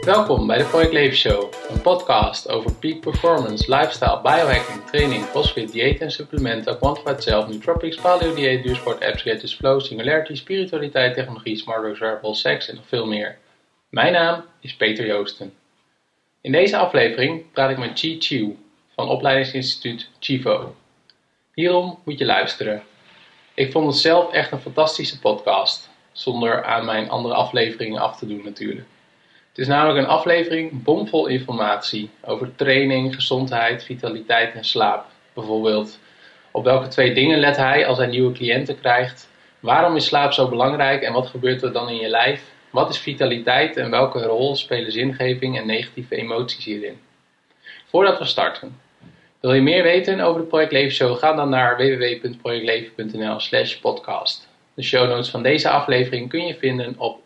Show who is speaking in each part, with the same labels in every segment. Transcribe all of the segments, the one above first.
Speaker 1: Welkom bij de Project Leven Show, een podcast over peak performance, lifestyle, biohacking, training, crossfit, dieet en supplementen, quantified self, nootropics, paleo dieet, duursport, apps, gadgets, flow, singularity, spiritualiteit, technologie, smartworks, wearables, seks en nog veel meer. Mijn naam is Peter Joosten. In deze aflevering praat ik met Chi Chiu van opleidingsinstituut Chivo. Hierom moet je luisteren. Ik vond het zelf echt een fantastische podcast, zonder aan mijn andere afleveringen af te doen natuurlijk. Het is namelijk een aflevering bomvol informatie over training, gezondheid, vitaliteit en slaap. Bijvoorbeeld, op welke 2 dingen let hij als hij nieuwe cliënten krijgt? Waarom is slaap zo belangrijk en wat gebeurt er dan in je lijf? Wat is vitaliteit en welke rol spelen zingeving en negatieve emoties hierin? Voordat we starten, wil je meer weten over de Project Leven Show? Ga dan naar www.projectleven.nl/podcast. De show notes van deze aflevering kun je vinden op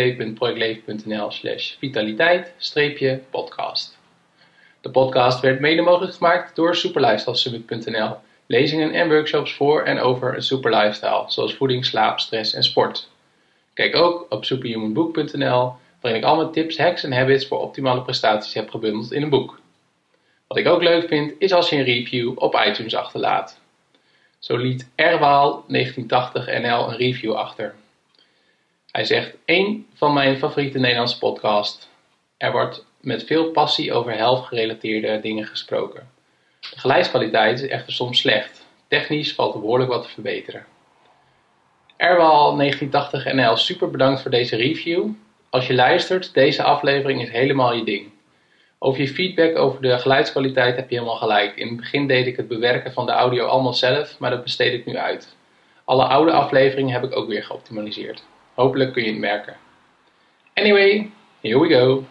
Speaker 1: www.projectleven.nl/vitaliteit-podcast. De podcast werd mede mogelijk gemaakt door superlifestylesummit.nl. Lezingen en workshops voor en over een super lifestyle, zoals voeding, slaap, stress en sport. Kijk ook op superhumanbook.nl, waarin ik al mijn tips, hacks en habits voor optimale prestaties heb gebundeld in een boek. Wat ik ook leuk vind, is als je een review op iTunes achterlaat. Zo liet Erwaal 1980NL een review achter. Hij zegt, 1 van mijn favoriete Nederlandse podcast. Er wordt met veel passie over health gerelateerde dingen gesproken. De geluidskwaliteit is echter soms slecht. Technisch valt er behoorlijk wat te verbeteren. Erwaal 1980NL, super bedankt voor deze review. Als je luistert, deze aflevering is helemaal je ding. Over je feedback over de geluidskwaliteit heb je helemaal gelijk. In het begin deed ik het bewerken van de audio allemaal zelf, maar dat besteed ik nu uit. Alle oude afleveringen heb ik ook weer geoptimaliseerd. Hopelijk kun je het merken. Anyway, here we go.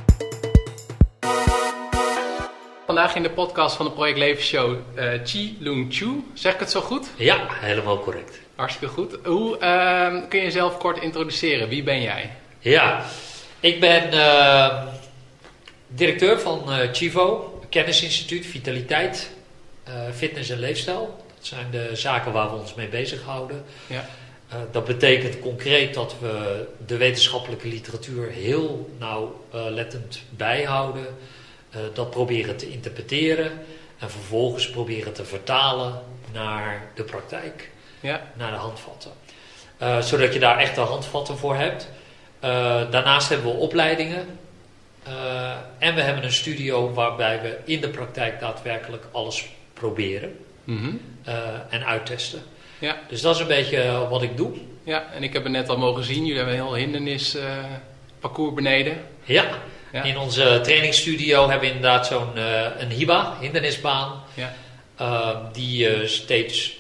Speaker 1: Vandaag in de podcast van de Project Leven Show Chi Lung Chu. Zeg ik het zo goed?
Speaker 2: Ja, helemaal correct.
Speaker 1: Hartstikke goed. Hoe kun je jezelf kort introduceren? Wie ben jij?
Speaker 2: Ja, ik ben directeur van Chivo, kennisinstituut, vitaliteit, fitness en leefstijl. Dat zijn de zaken waar we ons mee bezighouden. Ja. Dat betekent concreet dat we de wetenschappelijke literatuur heel nauwlettend bijhouden. Dat proberen te interpreteren en vervolgens proberen te vertalen naar de praktijk, naar de handvatten. Zodat je daar echt de handvatten voor hebt. Daarnaast hebben we opleidingen. En we hebben een studio waarbij we in de praktijk daadwerkelijk alles proberen en uittesten. Ja. Dus dat is een beetje wat ik doe.
Speaker 1: Ja, en ik heb het net al mogen zien. Jullie hebben een heel hindernisparcours beneden.
Speaker 2: Ja, in onze trainingsstudio hebben we inderdaad zo'n een HIBA, hindernisbaan. Ja. Die je steeds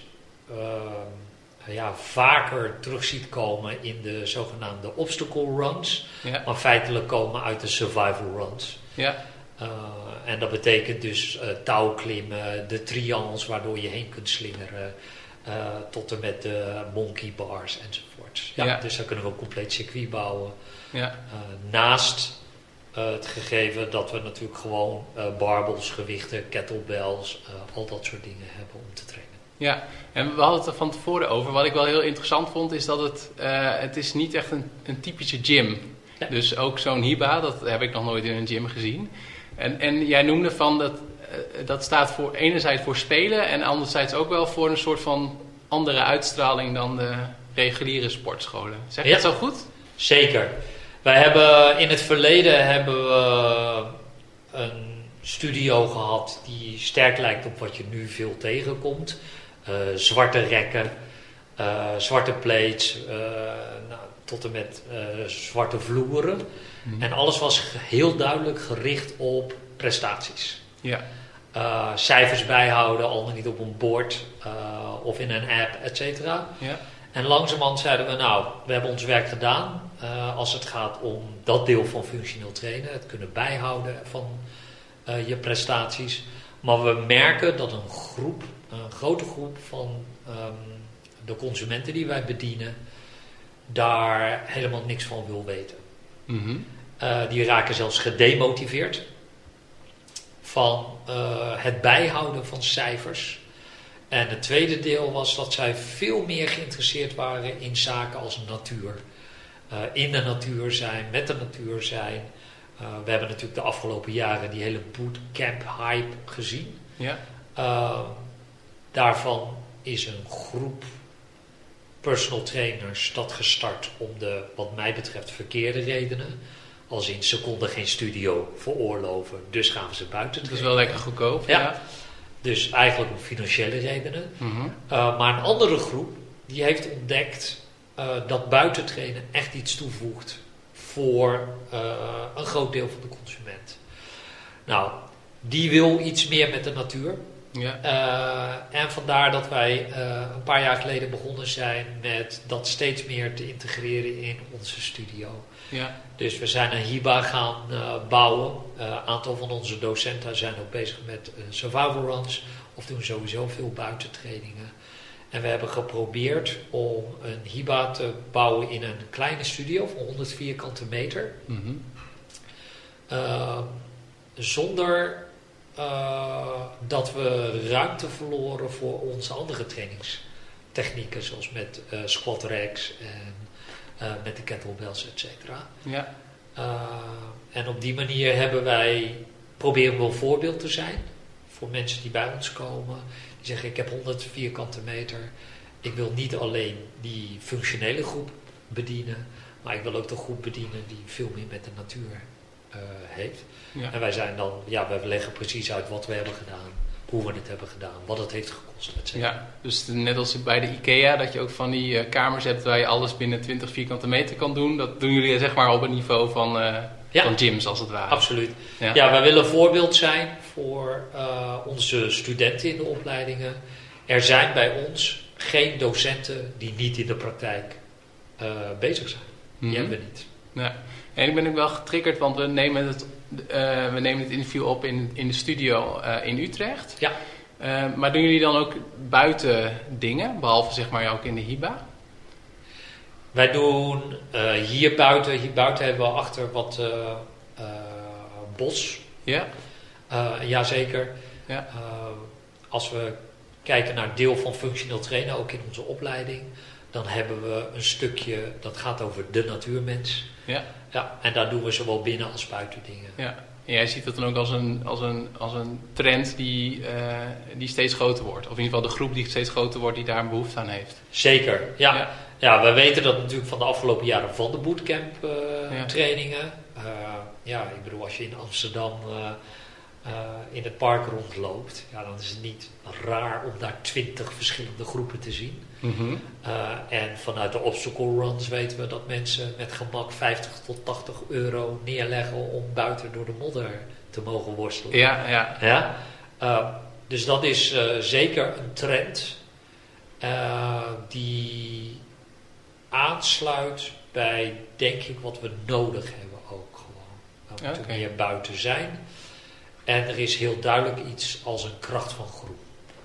Speaker 2: vaker terug ziet komen in de zogenaamde obstacle runs. Ja. Maar feitelijk komen uit de survival runs. Ja. En dat betekent dus touwklimmen, de triangles waardoor je heen kunt slingeren, tot en met de monkey bars enzovoort. Ja, dus daar kunnen we een compleet circuit bouwen. Ja. Naast het gegeven dat we natuurlijk gewoon barbells, gewichten, kettlebells, al dat soort dingen hebben om te trainen.
Speaker 1: Ja, en we hadden het er van tevoren over. Wat ik wel heel interessant vond is dat het is niet echt een typische gym. Ja. Dus ook zo'n HIBA, dat heb ik nog nooit in een gym gezien. En jij noemde van dat staat voor enerzijds voor spelen en anderzijds ook wel voor een soort van andere uitstraling dan de reguliere sportscholen. Zeg je dat zo goed?
Speaker 2: Zeker. Wij hebben in het verleden een studio gehad die sterk lijkt op wat je nu veel tegenkomt. Zwarte rekken, zwarte plates, tot en met zwarte vloeren. En alles was heel duidelijk gericht op prestaties. Ja. Cijfers bijhouden, al dan niet op een bord of in een app, et cetera. Ja. En langzamerhand zeiden we, we hebben ons werk gedaan als het gaat om dat deel van functioneel trainen. Het kunnen bijhouden van je prestaties. Maar we merken dat een grote groep van de consumenten die wij bedienen, daar helemaal niks van wil weten. Die raken zelfs gedemotiveerd van het bijhouden van cijfers. En het tweede deel was dat zij veel meer geïnteresseerd waren in zaken als natuur. In de natuur zijn, met de natuur zijn. We hebben natuurlijk de afgelopen jaren die hele bootcamp hype gezien.
Speaker 1: Ja.
Speaker 2: Daarvan is een groep personal trainers dat gestart om de, wat mij betreft, verkeerde redenen. Als in, ze konden geen studio veroorloven, dus gaven ze buiten trainen.
Speaker 1: Dat is wel lekker goedkoop.
Speaker 2: Ja. Dus eigenlijk om financiële redenen.
Speaker 1: Mm-hmm.
Speaker 2: Maar een andere groep die heeft ontdekt dat buitentrainen echt iets toevoegt voor een groot deel van de consument. Nou, die wil iets meer met de natuur.
Speaker 1: Ja.
Speaker 2: En vandaar dat wij een paar jaar geleden begonnen zijn met dat steeds meer te integreren in onze studio.
Speaker 1: Ja.
Speaker 2: Dus we zijn een HIBA gaan bouwen. Een aantal van onze docenten zijn ook bezig met survival runs of doen sowieso veel buitentrainingen. En we hebben geprobeerd om een HIBA te bouwen in een kleine studio van 100 vierkante meter.
Speaker 1: Mm-hmm.
Speaker 2: Zonder dat we ruimte verloren voor onze andere trainingstechnieken, zoals met squat racks en met de kettlebells, et cetera.
Speaker 1: Ja.
Speaker 2: En op die manier proberen we een voorbeeld te zijn voor mensen die bij ons komen. Die zeggen, ik heb 100 vierkante meter. Ik wil niet alleen die functionele groep bedienen, maar ik wil ook de groep bedienen die veel meer met de natuur heeft.
Speaker 1: Ja.
Speaker 2: En wij zijn dan, we leggen precies uit wat we hebben gedaan, hoe we het hebben gedaan, wat het heeft gekost, et cetera.
Speaker 1: Ja, dus net als bij de IKEA, dat je ook van die kamers hebt waar je alles binnen 20 vierkante meter kan doen. Dat doen jullie zeg maar op een niveau van gyms als het ware.
Speaker 2: Absoluut.
Speaker 1: Ja.
Speaker 2: Ja, wij willen een voorbeeld zijn voor onze studenten in de opleidingen. Er zijn bij ons geen docenten die niet in de praktijk bezig zijn. Die hebben we niet.
Speaker 1: Ja. En ik ben ook wel getriggerd, want we nemen het interview op in de studio in Utrecht.
Speaker 2: Ja.
Speaker 1: Maar doen jullie dan ook buiten dingen, behalve zeg maar ook in de HIBA?
Speaker 2: Wij doen hier buiten hebben we achter wat bos.
Speaker 1: Ja.
Speaker 2: Jazeker.
Speaker 1: Ja.
Speaker 2: Als we kijken naar deel van functioneel trainen, ook in onze opleiding, dan hebben we een stukje dat gaat over de natuurmens.
Speaker 1: Ja.
Speaker 2: Ja, en daar doen we zowel binnen als buiten dingen.
Speaker 1: Ja. En jij ziet dat dan ook als een trend die steeds groter wordt. Of in ieder geval de groep die steeds groter wordt die daar een behoefte aan heeft.
Speaker 2: Zeker, ja.
Speaker 1: Ja.
Speaker 2: Ja, we weten dat natuurlijk van de afgelopen jaren van de bootcamp trainingen. Ik bedoel, als je in Amsterdam in het park rondloopt, dan is het niet raar om daar 20 verschillende groepen te zien.
Speaker 1: Mm-hmm.
Speaker 2: En vanuit de obstacle runs weten we dat mensen met gemak 50 tot 80 euro neerleggen om buiten door de modder te mogen worstelen.
Speaker 1: Ja.
Speaker 2: Dus dat is zeker een trend die aansluit bij, denk ik, wat we nodig hebben ook gewoon. We moeten meer buiten zijn. En er is heel duidelijk iets als een kracht van groep.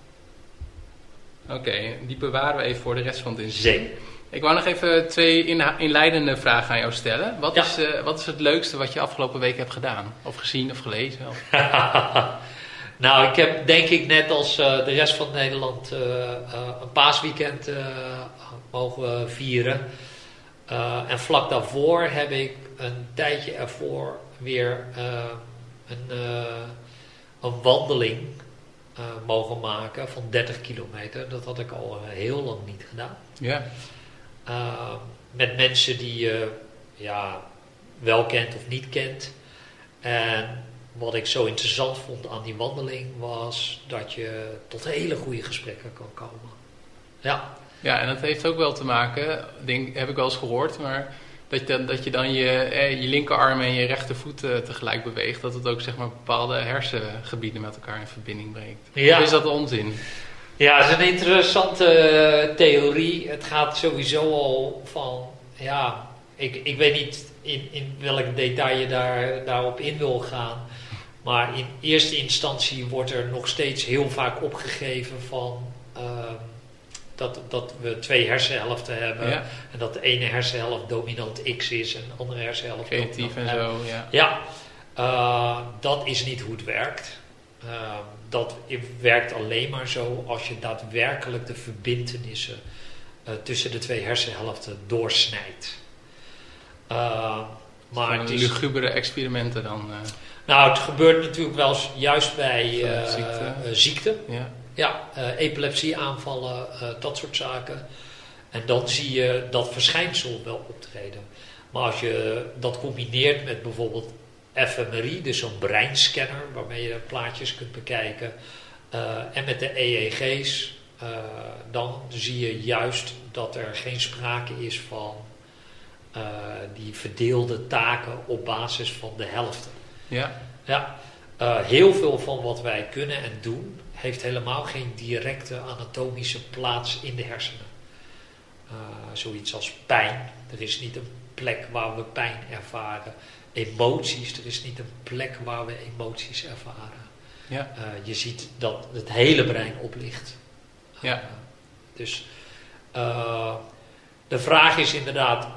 Speaker 1: Oké, die bewaren we even voor de rest van het interview.
Speaker 2: Zeker.
Speaker 1: Ik wou nog even 2 inleidende vragen aan jou stellen. Wat is het leukste wat je afgelopen week hebt gedaan? Of gezien of gelezen?
Speaker 2: Nou, ik heb denk ik net als de rest van Nederland een paasweekend mogen vieren. En vlak daarvoor heb ik een tijdje ervoor weer een wandeling mogen maken van 30 kilometer. Dat had ik al heel lang niet gedaan.
Speaker 1: Ja.
Speaker 2: Met mensen die je wel kent of niet kent. En wat ik zo interessant vond aan die wandeling was dat je tot hele goede gesprekken kan komen. Ja. Ja,
Speaker 1: en dat heeft ook wel te maken, heb ik wel eens gehoord, maar dat je dan je linkerarm en je rechtervoet tegelijk beweegt, dat het ook zeg maar bepaalde hersengebieden met elkaar in verbinding brengt.
Speaker 2: Ja.
Speaker 1: Of is dat onzin?
Speaker 2: Ja, het is een interessante theorie. Het gaat sowieso al van, ik weet niet in welk detail je daarop in wil gaan. Maar in eerste instantie wordt er nog steeds heel vaak opgegeven van dat we 2 hersenhelften hebben. Ja. En dat de ene hersenhelft dominant X is en de andere hersenhelft
Speaker 1: creatief en zo.
Speaker 2: Dat is niet hoe het werkt. Dat werkt alleen maar zo als je daadwerkelijk de verbintenissen tussen de 2 hersenhelften doorsnijdt. Maar
Speaker 1: het is lugubere experimenten dan.
Speaker 2: Nou, het gebeurt natuurlijk wel juist bij ziekte. Ja, epilepsieaanvallen, dat soort zaken. En dan zie je dat verschijnsel wel optreden. Maar als je dat combineert met bijvoorbeeld fMRI, dus zo'n breinscanner waarmee je plaatjes kunt bekijken, en met de EEG's, dan zie je juist dat er geen sprake is van die verdeelde taken op basis van de helften. Ja. Heel veel van wat wij kunnen en doen heeft helemaal geen directe anatomische plaats in de hersenen. Zoiets als pijn. Er is niet een plek waar we pijn ervaren. Emoties. Er is niet een plek waar we emoties ervaren. Ja. Je ziet dat het hele brein oplicht. Dus de vraag is inderdaad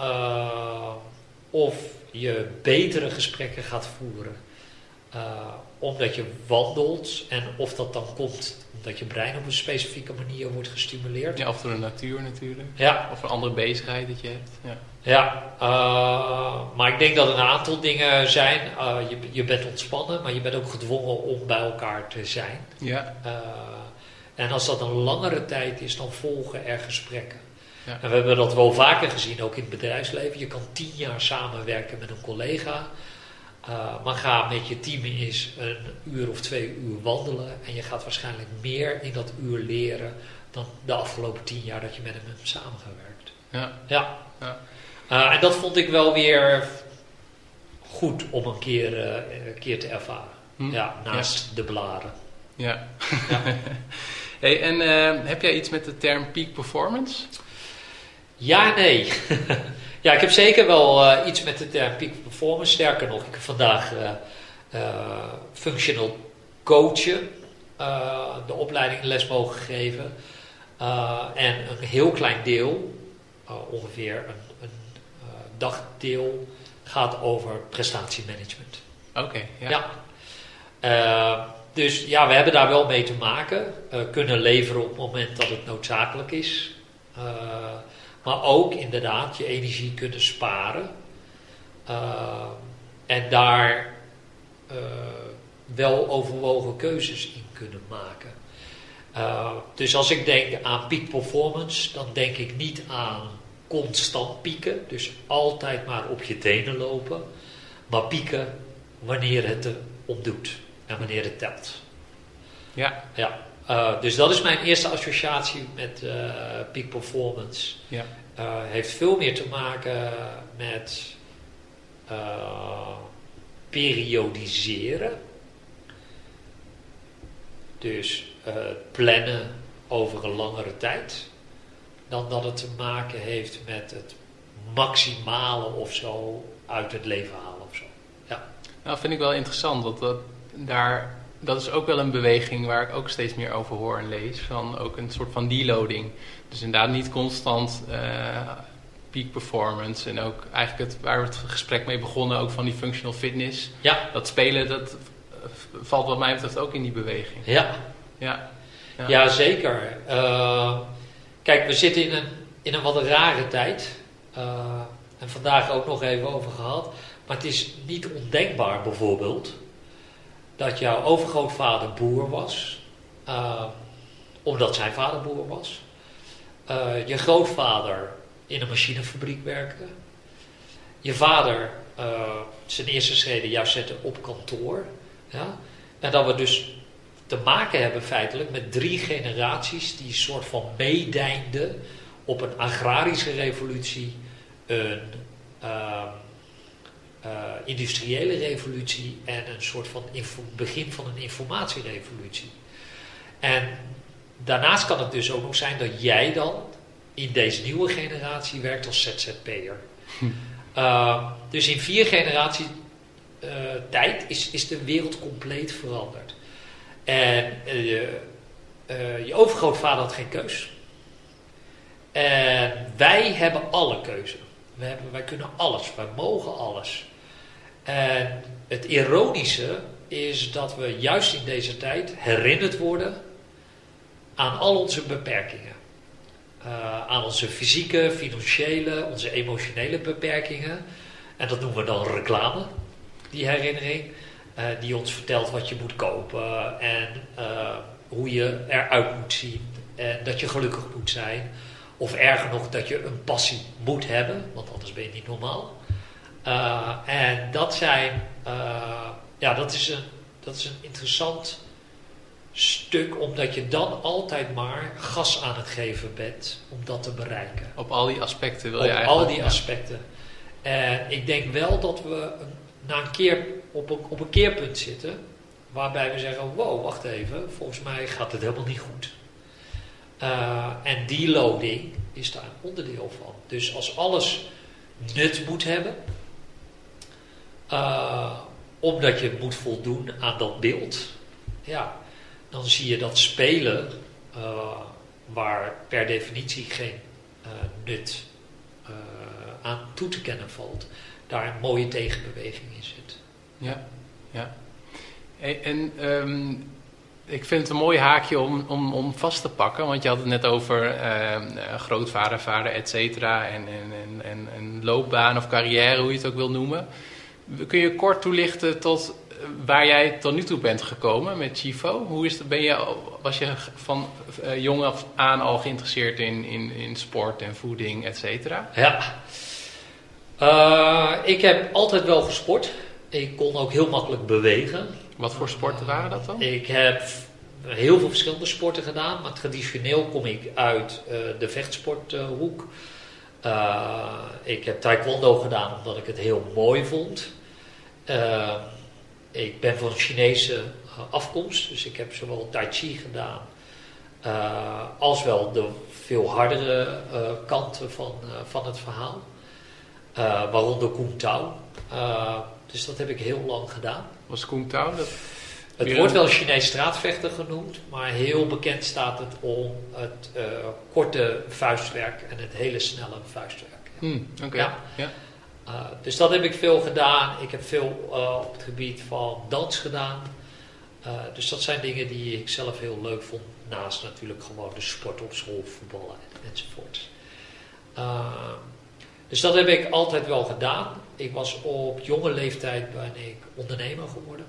Speaker 2: of je betere gesprekken gaat voeren omdat je wandelt en of dat dan komt omdat je brein op een specifieke manier wordt gestimuleerd.
Speaker 1: Ja, of door de natuur natuurlijk.
Speaker 2: Ja.
Speaker 1: Of een andere bezigheid dat je hebt.
Speaker 2: Maar ik denk dat er een aantal dingen zijn. Je bent ontspannen, maar je bent ook gedwongen om bij elkaar te zijn.
Speaker 1: Ja.
Speaker 2: En als dat een langere tijd is, dan volgen er gesprekken. Ja. En we hebben dat wel vaker gezien, ook in het bedrijfsleven. Je kan 10 jaar samenwerken met een collega. Maar ga met je team eens een uur of 2 uur wandelen. En je gaat waarschijnlijk meer in dat uur leren dan de afgelopen 10 jaar dat je met hem hebt samengewerkt. Ja. En dat vond ik wel weer goed om een keer te ervaren. Naast de bladen.
Speaker 1: Ja. Hey, en heb jij iets met de term peak performance?
Speaker 2: Ja, nee. Ja, ik heb zeker wel iets met de term peak performance. Sterker nog, ik heb vandaag functional coachen de opleiding les mogen geven. En een heel klein deel, ongeveer een dagdeel, gaat over prestatiemanagement.
Speaker 1: Oké,
Speaker 2: dus ja, we hebben daar wel mee te maken. Kunnen leveren op het moment dat het noodzakelijk is. Maar ook inderdaad je energie kunnen sparen. En daar wel overwogen keuzes in kunnen maken. Dus als ik denk aan peak performance, dan denk ik niet aan constant pieken. Dus altijd maar op je tenen lopen. Maar pieken wanneer het er om doet. En wanneer het telt.
Speaker 1: Ja.
Speaker 2: Dus dat is mijn eerste associatie met peak performance.
Speaker 1: Ja.
Speaker 2: Heeft veel meer te maken met periodiseren. Dus plannen over een langere tijd. Dan dat het te maken heeft met het maximale of zo uit het leven halen of zo. Ja.
Speaker 1: Nou, vind ik wel interessant. Want dat is ook wel een beweging waar ik ook steeds meer over hoor en lees. Van ook een soort van deloading. Dus inderdaad niet constant peak performance. En ook eigenlijk waar we het gesprek mee begonnen, ook van die functional fitness.
Speaker 2: Ja.
Speaker 1: Dat spelen, dat valt wat mij betreft ook in die beweging.
Speaker 2: Ja, zeker. Kijk, we zitten in een wat rare tijd. En vandaag ook nog even over gehad. Maar het is niet ondenkbaar bijvoorbeeld dat jouw overgrootvader boer was. Omdat zijn vader boer was. Je grootvader in een machinefabriek werkte. Je vader zijn eerste schreden juist zette op kantoor. Ja? En dat we dus te maken hebben feitelijk met 3 generaties die een soort van meedeinden op een agrarische revolutie, een industriële revolutie en een soort van begin van een informatierevolutie. En daarnaast kan het dus ook nog zijn dat jij dan in deze nieuwe generatie werkt als ZZP'er. Dus in 4 generaties tijd is de wereld compleet veranderd. En je overgrootvader had geen keus. En wij hebben alle keuze. Wij kunnen alles. Wij mogen alles. En het ironische is dat we juist in deze tijd herinnerd worden aan al onze beperkingen. Aan onze fysieke, financiële, onze emotionele beperkingen. En dat noemen we dan reclame, die herinnering. Die ons vertelt wat je moet kopen en hoe je eruit moet zien. En dat je gelukkig moet zijn. Of erger nog, dat je een passie moet hebben, want anders ben je niet normaal. En dat zijn, dat is een interessant stuk, omdat je dan altijd maar gas aan het geven bent om dat te bereiken.
Speaker 1: Op al die aspecten wil je eigenlijk.
Speaker 2: Op al die aspecten. En ik denk wel dat we op een keerpunt zitten, waarbij we zeggen, wow, wacht even, volgens mij gaat het helemaal niet goed. En deloading is daar een onderdeel van. Dus als alles nut moet hebben, omdat je moet voldoen aan dat beeld, dan zie je dat spelen, waar per definitie geen nut aan toe te kennen valt, daar een mooie tegenbeweging in zit.
Speaker 1: Ja. En ik vind het een mooi haakje om vast te pakken, want je had het net over grootvader, vader, et cetera, en loopbaan of carrière, hoe je het ook wil noemen. Kun je kort toelichten tot waar jij tot nu toe bent gekomen met Chivo? Was je van jong af aan al geïnteresseerd in sport en voeding, et cetera?
Speaker 2: Ja. Ik heb altijd wel gesport. Ik kon ook heel makkelijk bewegen.
Speaker 1: Wat voor sporten waren dat dan?
Speaker 2: Ik heb heel veel verschillende sporten gedaan, maar traditioneel kom ik uit de vechtsporthoek. Ik heb taekwondo gedaan omdat ik het heel mooi vond. Ik ben van Chinese afkomst, dus ik heb zowel Tai Chi gedaan als wel de veel hardere kanten van het verhaal. Waaronder Kung Tao. Dus dat heb ik heel lang gedaan.
Speaker 1: Was Kung Tao?
Speaker 2: Het wordt wel Chinees straatvechter genoemd, maar heel bekend staat het om het korte vuistwerk en het hele snelle vuistwerk.
Speaker 1: Okay. Ja.
Speaker 2: Dus dat heb ik veel gedaan. Ik heb veel op het gebied van dans gedaan. Dus dat zijn dingen die ik zelf heel leuk vond. Naast natuurlijk gewoon de sport op school, voetballen enzovoort. Dus dat heb ik altijd wel gedaan. Ik was op jonge leeftijd ben ik ondernemer geworden.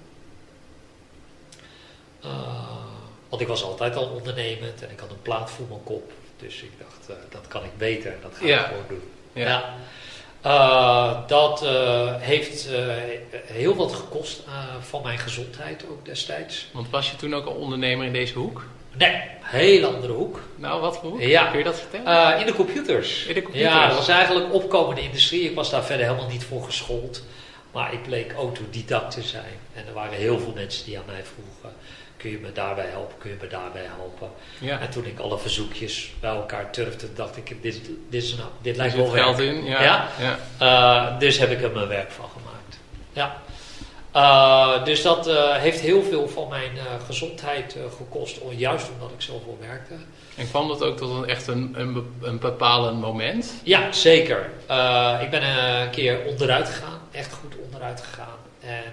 Speaker 2: Want ik was altijd al ondernemend en ik had een plaat voor mijn kop. Dus ik dacht, dat kan ik beter en dat ga ik gewoon doen. Ja. Dat heeft heel wat gekost van mijn gezondheid ook destijds.
Speaker 1: Want was je toen ook al ondernemer in deze hoek?
Speaker 2: Nee, heel andere hoek.
Speaker 1: Nou, wat voor hoek?
Speaker 2: Ja.
Speaker 1: Kun je dat vertellen?
Speaker 2: In de computers.
Speaker 1: In de computers?
Speaker 2: Ja, dat was eigenlijk opkomende industrie. Ik was daar verder helemaal niet voor geschoold. Maar ik bleek autodidact te zijn. En er waren heel veel mensen die aan mij vroegen, kun je me daarbij helpen, kun je me daarbij helpen. Ja. En toen ik alle verzoekjes bij elkaar turfde, dacht ik, dit lijkt wel
Speaker 1: geld in.
Speaker 2: Ja. Dus heb ik er mijn werk van gemaakt. Ja. Dus dat heeft heel veel van mijn gezondheid gekost, juist omdat ik zoveel werkte.
Speaker 1: En kwam dat ook tot echt een bepalend moment?
Speaker 2: Ja, zeker. Ik ben een keer onderuit gegaan, echt goed onderuit gegaan. En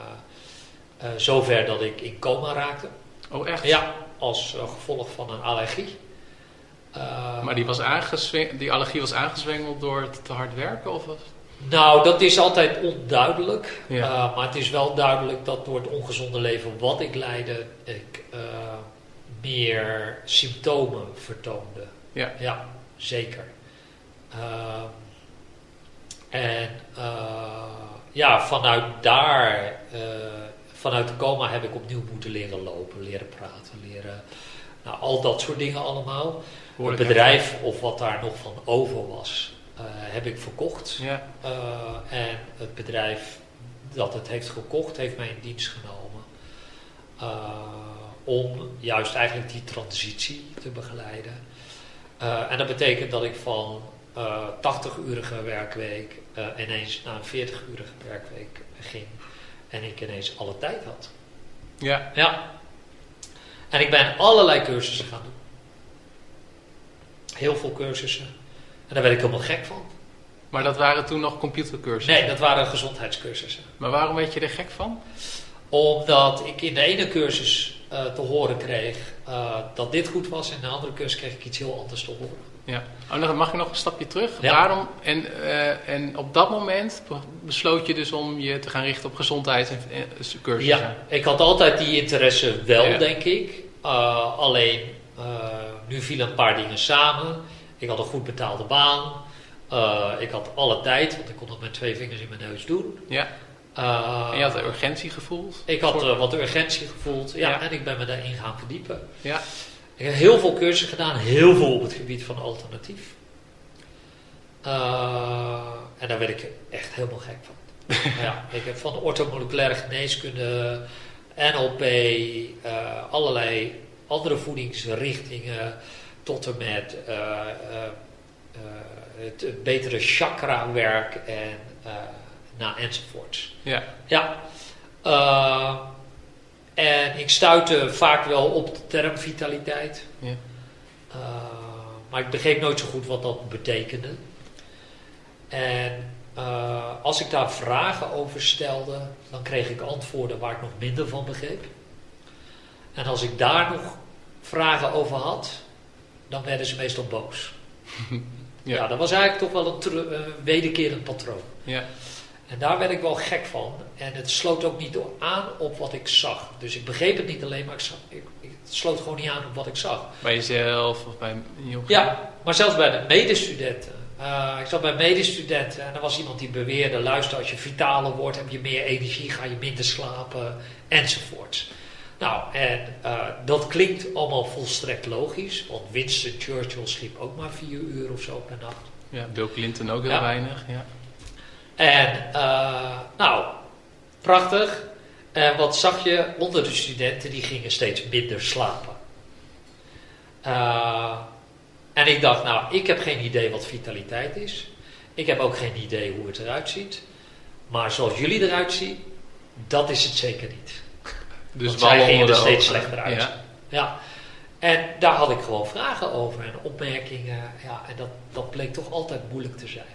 Speaker 2: zover dat ik in coma raakte.
Speaker 1: Oh, echt?
Speaker 2: Ja, als gevolg van een allergie.
Speaker 1: Maar die allergie was aangezwengeld door te hard werken? Of wat?
Speaker 2: Nou, dat is altijd onduidelijk.
Speaker 1: Ja.
Speaker 2: Maar het is wel duidelijk dat door het ongezonde leven wat ik leidde, ik meer symptomen vertoonde.
Speaker 1: Ja,
Speaker 2: ja zeker. Vanuit daar, vanuit de coma heb ik opnieuw moeten leren lopen, leren praten, al dat soort dingen allemaal. Het bedrijf, of wat daar nog van over was, heb ik verkocht.
Speaker 1: Ja.
Speaker 2: En het bedrijf dat het heeft gekocht, heeft mij in dienst genomen. Om juist eigenlijk die transitie te begeleiden. En dat betekent dat ik van 80-urige werkweek ineens naar een 40-urige werkweek ging. En ik ineens alle tijd had.
Speaker 1: Ja.
Speaker 2: Ja. En ik ben allerlei cursussen gaan doen. Heel veel cursussen. En daar werd ik helemaal gek van.
Speaker 1: Maar dat waren toen nog computercursussen?
Speaker 2: Nee, dat waren gezondheidscursussen.
Speaker 1: Maar waarom werd je er gek van?
Speaker 2: Omdat ik in de ene cursus te horen kreeg dat dit goed was. En in de andere cursus kreeg ik iets heel anders te horen.
Speaker 1: Ja. Dan mag je nog een stapje terug.
Speaker 2: Ja.
Speaker 1: Waarom? En op dat moment besloot je dus om je te gaan richten op gezondheidscursussen.
Speaker 2: Ja, ik had altijd die interesse wel, denk ik. Alleen, nu vielen een paar dingen samen. Ik had een goed betaalde baan. Ik had alle tijd, want ik kon het met 2 vingers in mijn neus doen.
Speaker 1: Ja. En je had urgentie gevoeld?
Speaker 2: Ik had wat urgentie gevoeld, en ik ben me daarin gaan verdiepen.
Speaker 1: Ja.
Speaker 2: Ik heb heel veel cursussen gedaan, heel veel op het gebied van alternatief. En daar werd ik echt helemaal gek van. Ik heb van orthomoleculaire geneeskunde, NLP, allerlei andere voedingsrichtingen, tot en met het betere chakra-werk enzovoorts. Ja. En ik stuitte vaak wel op de term vitaliteit.
Speaker 1: Ja.
Speaker 2: Maar ik begreep nooit zo goed wat dat betekende. En als ik daar vragen over stelde, dan kreeg ik antwoorden waar ik nog minder van begreep. En als ik daar nog vragen over had, dan werden ze meestal boos. Ja, dat was eigenlijk toch wel een wederkerend patroon.
Speaker 1: Ja.
Speaker 2: En daar werd ik wel gek van. En het sloot ook niet aan op wat ik zag. Dus ik begreep het niet alleen, maar het sloot gewoon niet aan op wat ik zag.
Speaker 1: Bij jezelf of bij je
Speaker 2: Ja, maar zelfs bij de medestudenten. Ik zat bij medestudenten en er was iemand die beweerde, luister, als je vitaler wordt, heb je meer energie, ga je minder slapen, enzovoort. Nou, en dat klinkt allemaal volstrekt logisch, want Winston Churchill sliep ook maar 4 uur of zo per nacht.
Speaker 1: Ja, Bill Clinton ook heel weinig, ja.
Speaker 2: En, prachtig. En wat zag je onder de studenten? Die gingen steeds minder slapen. En ik dacht, ik heb geen idee wat vitaliteit is. Ik heb ook geen idee hoe het eruit ziet. Maar zoals jullie eruit zien, dat is het zeker niet. Dus zij gingen er steeds slechter uit. Ja. En daar had ik gewoon vragen over en opmerkingen. Ja, en dat bleek toch altijd moeilijk te zijn.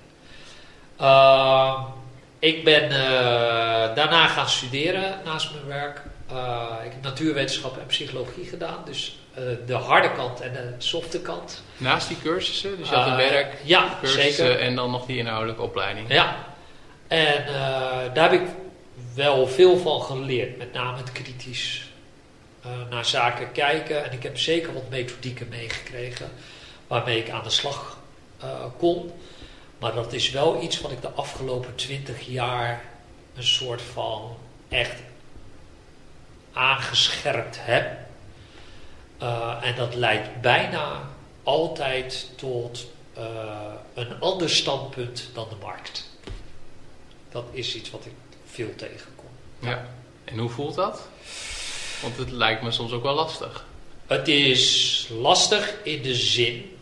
Speaker 2: Ik ben daarna gaan studeren naast mijn werk. Ik heb natuurwetenschap en psychologie gedaan. Dus de harde kant en de softe kant.
Speaker 1: Naast die cursussen? Dus je had een werk, cursussen zeker. En dan nog die inhoudelijke opleiding.
Speaker 2: Ja. En daar heb ik wel veel van geleerd. Met name het kritisch naar zaken kijken. En ik heb zeker wat methodieken meegekregen waarmee ik aan de slag kon. Maar dat is wel iets wat ik de afgelopen 20 jaar een soort van echt aangescherpt heb. En dat leidt bijna altijd tot een ander standpunt dan de markt. Dat is iets wat ik veel tegenkom.
Speaker 1: Ja. En hoe voelt dat? Want het lijkt me soms ook wel lastig.
Speaker 2: Het is lastig in de zin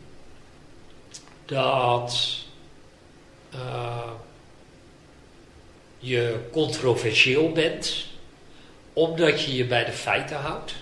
Speaker 2: dat je controversieel bent, omdat je je bij de feiten houdt.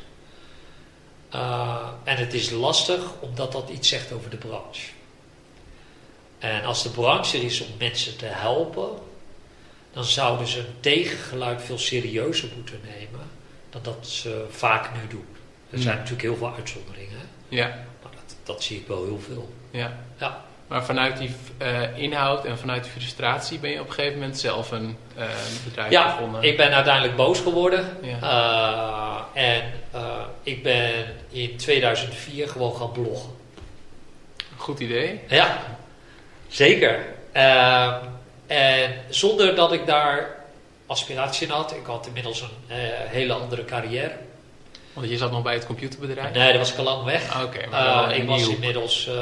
Speaker 2: En het is lastig omdat dat iets zegt over de branche. En als de branche er is om mensen te helpen, dan zouden ze een tegengeluid veel serieuzer moeten nemen dan dat ze vaak nu doen. Er zijn natuurlijk heel veel uitzonderingen. Hè?
Speaker 1: Ja.
Speaker 2: Maar dat zie ik wel heel veel.
Speaker 1: Ja. Maar vanuit die inhoud en vanuit die frustratie ben je op een gegeven moment zelf een bedrijf begonnen.
Speaker 2: Ik ben uiteindelijk boos geworden. Ja. Ik ben in 2004 gewoon gaan bloggen.
Speaker 1: Goed idee.
Speaker 2: Ja, zeker. En zonder dat ik daar aspiratie in had. Ik had inmiddels een hele andere carrière.
Speaker 1: Want je zat nog bij het computerbedrijf?
Speaker 2: Nee, daar was ik al lang weg.
Speaker 1: Maar
Speaker 2: ik was inmiddels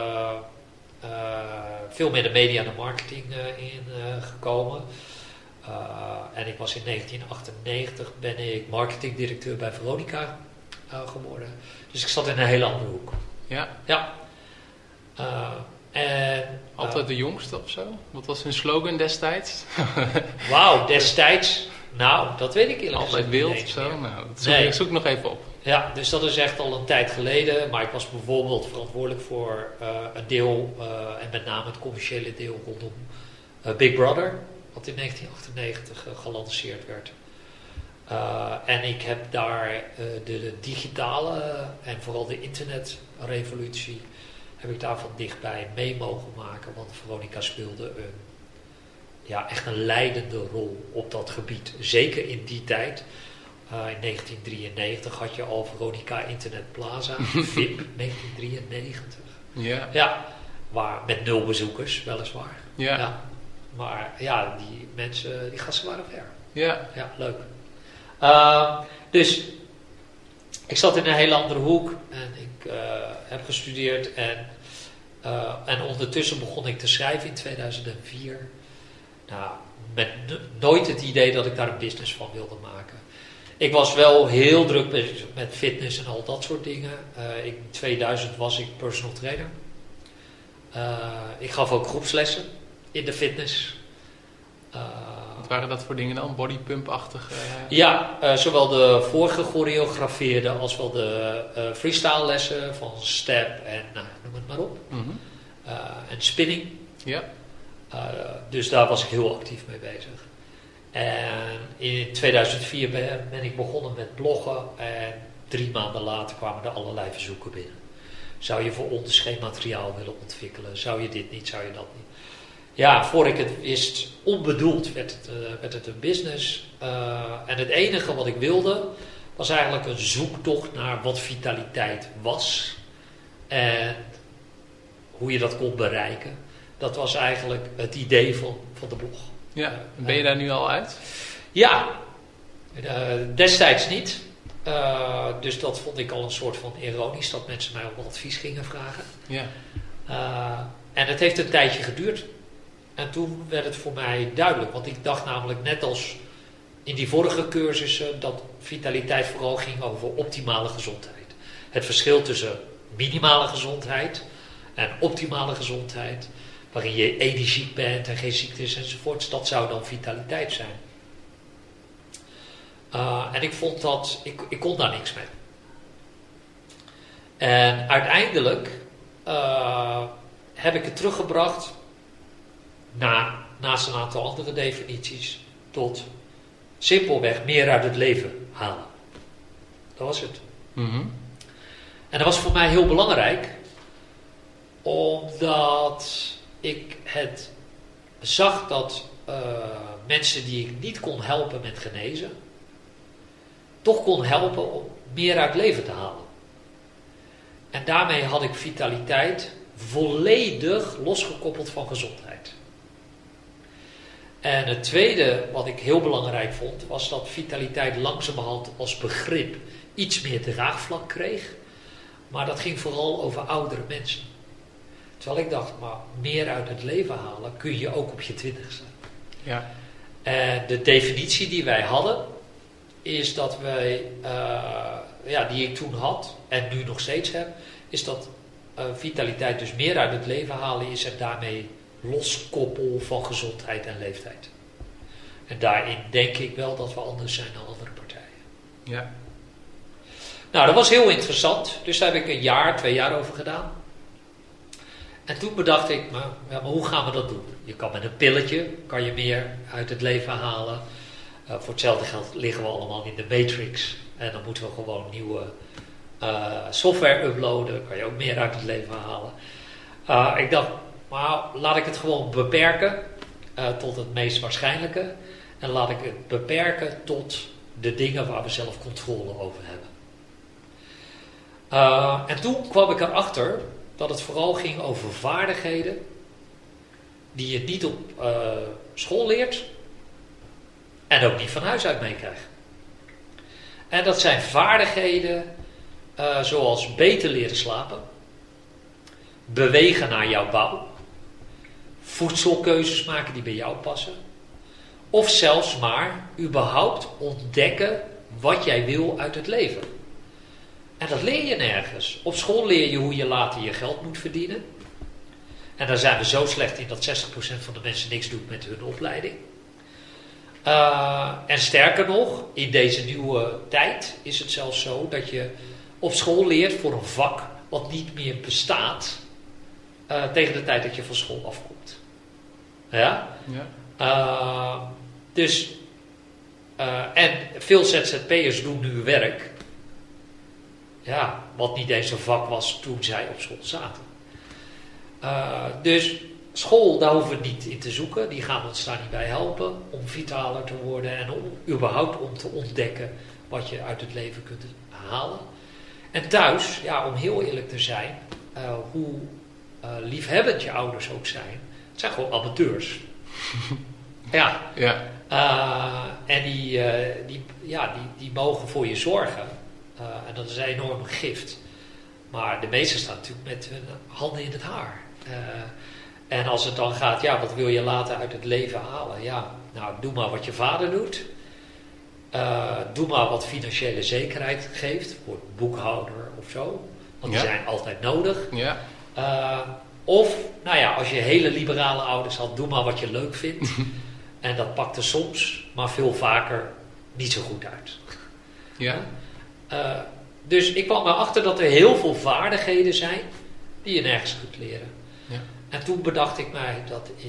Speaker 2: veel meer de media en de marketing ingekomen. En ik was in 1998 ben ik marketingdirecteur bij Veronica geworden. Dus ik zat in een hele andere hoek.
Speaker 1: Ja.
Speaker 2: En
Speaker 1: altijd de jongste of zo? Wat was hun slogan destijds?
Speaker 2: Wauw, destijds? Nou, dat weet ik eerlijk gezegd niet.
Speaker 1: Altijd wild of zo? Nou, ik zoek nog even op.
Speaker 2: Ja, dus dat is echt al een tijd geleden. Maar ik was bijvoorbeeld verantwoordelijk voor een deel, en met name het commerciële deel rondom Big Brother, wat in 1998 gelanceerd werd. En ik heb daar de digitale en vooral de internetrevolutie heb ik daar van dichtbij mee mogen maken. Want Veronica speelde echt een leidende rol op dat gebied. Zeker in die tijd. In 1993 had je al Veronica Internet Plaza, VIP, 1993.
Speaker 1: Ja.
Speaker 2: Ja, met 0 bezoekers, weliswaar.
Speaker 1: Ja.
Speaker 2: Ja. Maar ja, die mensen, die gasten waren ver.
Speaker 1: Ja.
Speaker 2: Ja, leuk. Dus ik zat in een hele andere hoek en ik heb gestudeerd en ondertussen begon ik te schrijven in 2004. Nou, met nooit het idee dat ik daar een business van wilde maken. Ik was wel heel druk bezig met fitness en al dat soort dingen. In 2000 was ik personal trainer. Ik gaf ook groepslessen in de fitness.
Speaker 1: Wat waren dat voor dingen dan? Bodypump-achtige?
Speaker 2: Ja, zowel de voorgechoreografeerde als wel de freestyle lessen van step en noem het maar op.
Speaker 1: Mm-hmm.
Speaker 2: En spinning.
Speaker 1: Ja.
Speaker 2: Dus daar was ik heel actief mee bezig. En in 2004 ben ik begonnen met bloggen en 3 maanden later kwamen er allerlei verzoeken binnen. Zou je voor ons geen materiaal willen ontwikkelen? Zou je dit niet? Zou je dat niet? Ja, voor ik het wist, onbedoeld werd het een business. En het enige wat ik wilde was eigenlijk een zoektocht naar wat vitaliteit was. En hoe je dat kon bereiken. Dat was eigenlijk het idee van de blog.
Speaker 1: Ja, ben je daar nu al uit?
Speaker 2: Ja, destijds niet. Dus dat vond ik al een soort van ironisch, dat mensen mij om advies gingen vragen.
Speaker 1: Ja.
Speaker 2: En het heeft een tijdje geduurd. En toen werd het voor mij duidelijk. Want ik dacht namelijk net als in die vorige cursussen dat vitaliteit vooral ging over optimale gezondheid. Het verschil tussen minimale gezondheid en optimale gezondheid, waarin je energiek bent en geen ziektes enzovoorts, dat zou dan vitaliteit zijn. En ik vond dat, ik kon daar niks mee. En uiteindelijk heb ik het teruggebracht naast een aantal andere definities tot simpelweg meer uit het leven halen. Dat was het.
Speaker 1: Mm-hmm.
Speaker 2: En dat was voor mij heel belangrijk, omdat ik het zag dat mensen die ik niet kon helpen met genezen, toch kon helpen om meer uit het leven te halen. En daarmee had ik vitaliteit volledig losgekoppeld van gezondheid. En het tweede wat ik heel belangrijk vond, was dat vitaliteit langzamerhand als begrip iets meer draagvlak kreeg. Maar dat ging vooral over oudere mensen. Terwijl ik dacht, maar meer uit het leven halen kun je ook op je 20ste.
Speaker 1: Ja.
Speaker 2: En de definitie die wij hadden, is dat wij, die ik toen had en nu nog steeds heb, is dat vitaliteit dus meer uit het leven halen is en daarmee loskoppel van gezondheid en leeftijd. En daarin denk ik wel dat we anders zijn dan andere partijen.
Speaker 1: Ja.
Speaker 2: Nou, dat was heel interessant. Dus daar heb ik 2 jaar over gedaan. En toen bedacht ik, maar hoe gaan we dat doen? Je kan met een pilletje, kan je meer uit het leven halen. Voor hetzelfde geld liggen we allemaal in de matrix. En dan moeten we gewoon nieuwe software uploaden. Kan je ook meer uit het leven halen. Ik dacht, maar laat ik het gewoon beperken tot het meest waarschijnlijke. En laat ik het beperken tot de dingen waar we zelf controle over hebben. En toen kwam ik erachter dat het vooral ging over vaardigheden die je niet op school leert en ook niet van huis uit meekrijgt. En dat zijn vaardigheden zoals beter leren slapen, bewegen naar jouw bouw, voedselkeuzes maken die bij jou passen, of zelfs maar überhaupt ontdekken wat jij wil uit het leven. En dat leer je nergens. Op school leer je hoe je later je geld moet verdienen. En daar zijn we zo slecht in dat 60% van de mensen niks doet met hun opleiding. En sterker nog, in deze nieuwe tijd is het zelfs zo dat je op school leert voor een vak wat niet meer bestaat tegen de tijd dat je van school afkomt. Ja? Ja. En veel ZZP'ers doen nu werk, ja, wat niet eens een vak was toen zij op school zaten. Dus school, daar hoeven we niet in te zoeken. Die gaan ons daar niet bij helpen om vitaler te worden en überhaupt om te ontdekken wat je uit het leven kunt halen. En thuis, om heel eerlijk te zijn, hoe liefhebbend je ouders ook zijn, het zijn gewoon amateurs. Ja. En die mogen voor je zorgen. En dat is een enorm gift. Maar de meesten staan natuurlijk met hun handen in het haar. En als het dan gaat, wat wil je later uit het leven halen? Doe maar wat je vader doet. Doe maar wat financiële zekerheid geeft. Word boekhouder of zo. Want die zijn altijd nodig. Ja. Of, als je hele liberale ouders had, doe maar wat je leuk vindt. En dat pakte soms, maar veel vaker, niet zo goed uit. Ja. Dus ik kwam erachter dat er heel veel vaardigheden zijn die je nergens kunt leren. Ja. En toen bedacht ik mij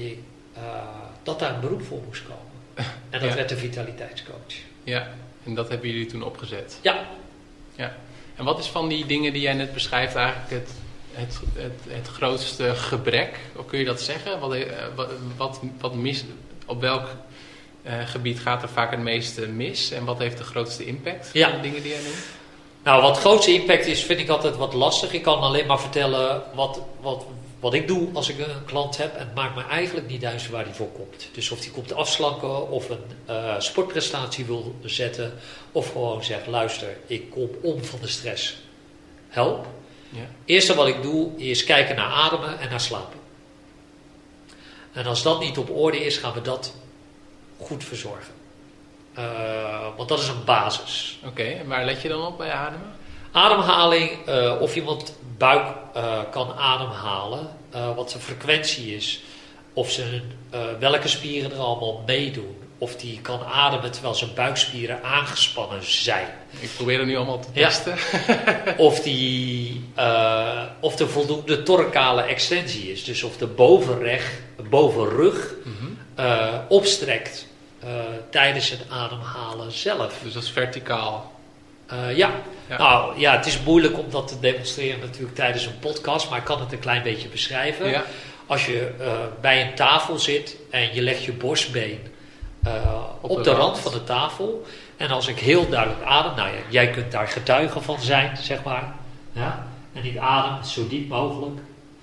Speaker 2: dat daar een beroep voor moest komen. En dat werd de vitaliteitscoach.
Speaker 1: Ja, en dat hebben jullie toen opgezet?
Speaker 2: Ja.
Speaker 1: En wat is van die dingen die jij net beschrijft eigenlijk het grootste gebrek? Of kun je dat zeggen? Wat mis, op welk gebied gaat er vaak het meeste mis? En wat heeft de grootste impact van de dingen die jij doet?
Speaker 2: Nou, wat grootste impact is, vind ik altijd wat lastig. Ik kan alleen maar vertellen wat ik doe als ik een klant heb. En het maakt me eigenlijk niet uit waar die voor komt. Dus of die komt afslanken of een sportprestatie wil zetten. Of gewoon zegt, luister, ik kom om van de stress. Help. Ja. Het eerste wat ik doe is kijken naar ademen en naar slapen. En als dat niet op orde is, gaan we dat goed verzorgen. Want dat is een basis.
Speaker 1: Oké, en waar let je dan op bij ademen?
Speaker 2: Ademhaling, of iemand buik kan ademhalen, wat zijn frequentie is, of welke spieren er allemaal meedoen, of die kan ademen terwijl zijn buikspieren aangespannen zijn.
Speaker 1: Ik probeer het nu allemaal te testen.
Speaker 2: Ja. Of er voldoende thoracale extensie is, dus of de bovenrug opstrekt tijdens het ademhalen zelf.
Speaker 1: Dus dat is verticaal?
Speaker 2: Nou ja, het is moeilijk om dat te demonstreren natuurlijk tijdens een podcast, maar ik kan het een klein beetje beschrijven. Ja. Als je bij een tafel zit en je legt je borstbeen op de rand van de tafel, en als ik heel duidelijk adem, jij kunt daar getuige van zijn, zeg maar. Ja? En ik adem zo diep mogelijk.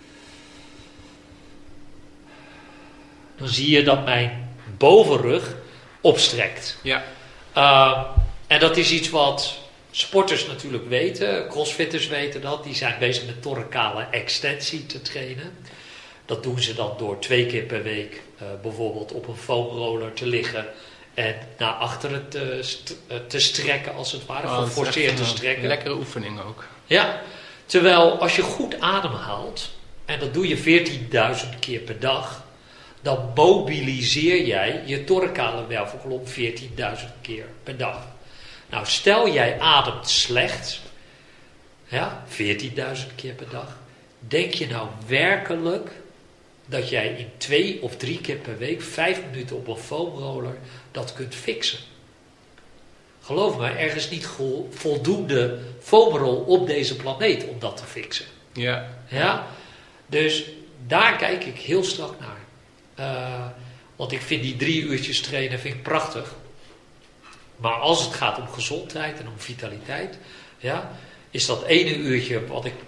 Speaker 2: Dan zie je dat mijn bovenrug opstrekt. Ja. En dat is iets wat sporters natuurlijk weten. Crossfitters weten dat. Die zijn bezig met thoracale extensie te trainen. Dat doen ze dan door 2 keer per week bijvoorbeeld op een foamroller te liggen en naar achteren te strekken als het ware. Geforceerd te strekken.
Speaker 1: Een lekkere oefening ook.
Speaker 2: Ja. Terwijl als je goed ademhaalt, en dat doe je 14.000 keer per dag, dan mobiliseer jij je thoracale wervelkolom 14.000 keer per dag. Nou, stel jij ademt slecht, 14.000 keer per dag. Denk je nou werkelijk dat jij in 2 of 3 keer per week 5 minuten op een foamroller dat kunt fixen? Geloof me, er is niet voldoende foamrol op deze planeet om dat te fixen. Ja? Dus daar kijk ik heel strak naar. Want ik vind die 3 uurtjes trainen vind ik prachtig. Maar als het gaat om gezondheid en om vitaliteit, is dat ene uurtje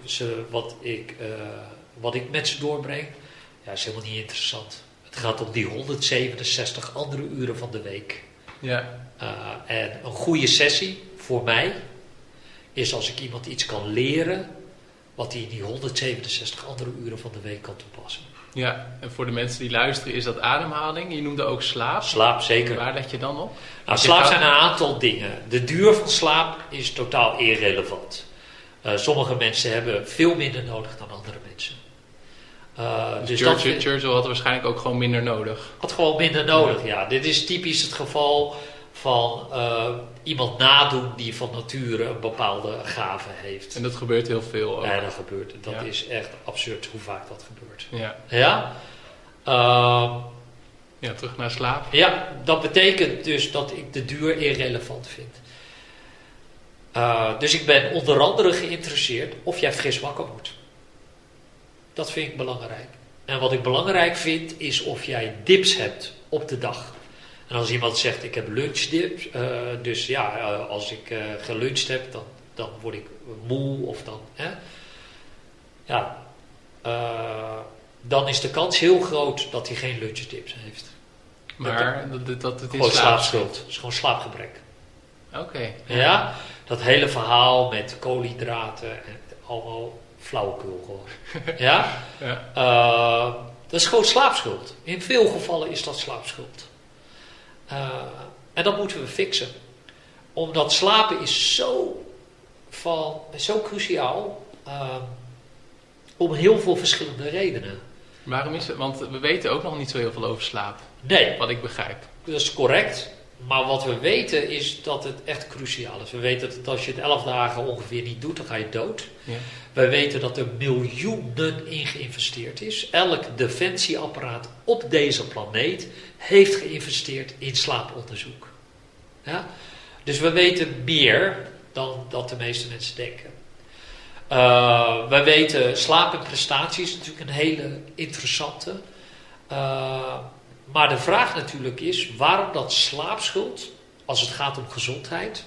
Speaker 2: wat ik met ze doorbreng, is helemaal niet interessant. Het gaat om die 167 andere uren van de week. Ja. En een goede sessie voor mij is als ik iemand iets kan leren wat hij in die 167 andere uren van de week kan toepassen.
Speaker 1: Ja, en voor de mensen die luisteren is dat ademhaling. Je noemde ook slaap.
Speaker 2: Slaap, zeker.
Speaker 1: En waar let je dan op?
Speaker 2: Nou, slaap zijn een aantal dingen. De duur van slaap is totaal irrelevant. Sommige mensen hebben veel minder nodig dan andere mensen.
Speaker 1: Dus Churchill had waarschijnlijk ook gewoon minder nodig.
Speaker 2: Had gewoon minder nodig, ja. Dit is typisch het geval van iemand nadoen die van nature een bepaalde gave heeft.
Speaker 1: En dat gebeurt heel veel ook.
Speaker 2: Ja, dat gebeurt. Dat is echt absurd hoe vaak dat gebeurt.
Speaker 1: Ja? Terug naar slaap.
Speaker 2: Ja, dat betekent dus dat ik de duur irrelevant vind. Dus ik ben onder andere geïnteresseerd of jij fris wakker wordt. Dat vind ik belangrijk. En wat ik belangrijk vind, is of jij dips hebt op de dag. En als iemand zegt, ik heb lunchdips, dus ja, als ik geluncht heb, dan word ik moe of dan... dan is de kans heel groot dat hij geen lunchdips heeft.
Speaker 1: Maar dat het
Speaker 2: gewoon slaapschuld. Het is gewoon slaapgebrek.
Speaker 1: Oké.
Speaker 2: Ja, dat hele verhaal met koolhydraten en allemaal flauwekul gewoon. Ja? Dat is gewoon slaapschuld. In veel gevallen is dat slaapschuld. En dat moeten we fixen. Omdat slapen is zo cruciaal. Om heel veel verschillende redenen.
Speaker 1: Waarom is het? Want we weten ook nog niet zo heel veel over slaap.
Speaker 2: Nee.
Speaker 1: Wat ik begrijp.
Speaker 2: Dat is correct. Maar wat we weten is dat het echt cruciaal is. We weten dat als je het 11 dagen ongeveer niet doet, dan ga je dood. Ja. We weten dat er miljoenen in geïnvesteerd is. Elk defensieapparaat op deze planeet heeft geïnvesteerd in slaaponderzoek. Ja? Dus we weten meer dan dat de meeste mensen denken. We weten, slaap en prestatie is natuurlijk een hele interessante. Maar de vraag natuurlijk is, waarom dat slaapschuld, als het gaat om gezondheid,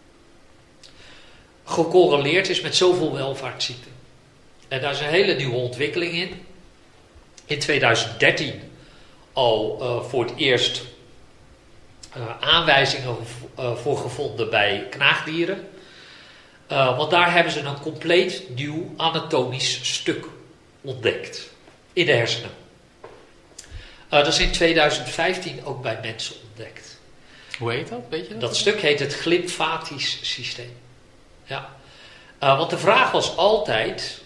Speaker 2: gecorreleerd is met zoveel welvaartsziekten. En daar is een hele nieuwe ontwikkeling in. In 2013 al voor het eerst aanwijzingen voor gevonden bij knaagdieren. Want daar hebben ze een compleet nieuw anatomisch stuk ontdekt in de hersenen. Dat is in 2015 ook bij mensen ontdekt.
Speaker 1: Hoe heet dat? Weet je dat?
Speaker 2: Dat stuk heet het glymfatisch systeem. Ja. Want de vraag was altijd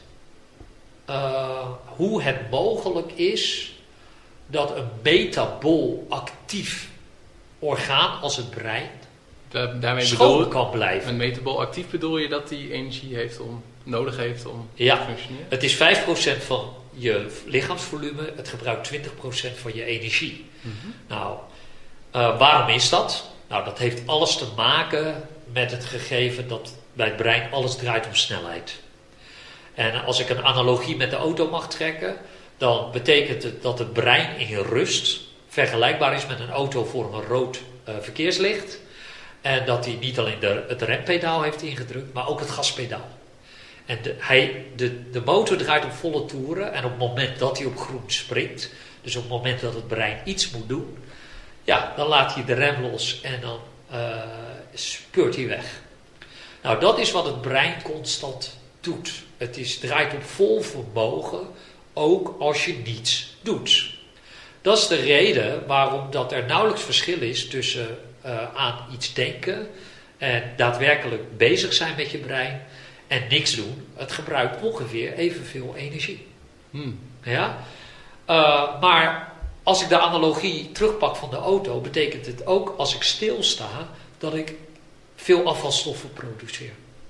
Speaker 2: hoe het mogelijk is dat een metabool actief orgaan als het brein
Speaker 1: daarmee
Speaker 2: schoon kan blijven.
Speaker 1: Een metabool actief bedoel je dat die energie heeft nodig heeft om te functioneren?
Speaker 2: Het is 5% van je lichaamsvolume. Het gebruikt 20% van je energie. Mm-hmm. Nou, waarom is dat? Nou, dat heeft alles te maken met het gegeven dat bij het brein alles draait om snelheid. En als ik een analogie met de auto mag trekken, dan betekent het dat het brein in rust vergelijkbaar is met een auto voor een rood verkeerslicht. En dat hij niet alleen het rempedaal heeft ingedrukt, maar ook het gaspedaal. En de motor draait op volle toeren. En op het moment dat hij op groen springt, dus op het moment dat het brein iets moet doen, ja, dan laat hij de rem los en dan speurt hij weg. Nou, dat is wat het brein constant doet. Het draait op vol vermogen, ook als je niets doet. Dat is de reden waarom dat er nauwelijks verschil is tussen aan iets denken en daadwerkelijk bezig zijn met je brein en niks doen. Het gebruikt ongeveer evenveel energie. Ja? Maar als ik de analogie terugpak van de auto, betekent het ook als ik stilsta dat ik veel afvalstoffen produceer.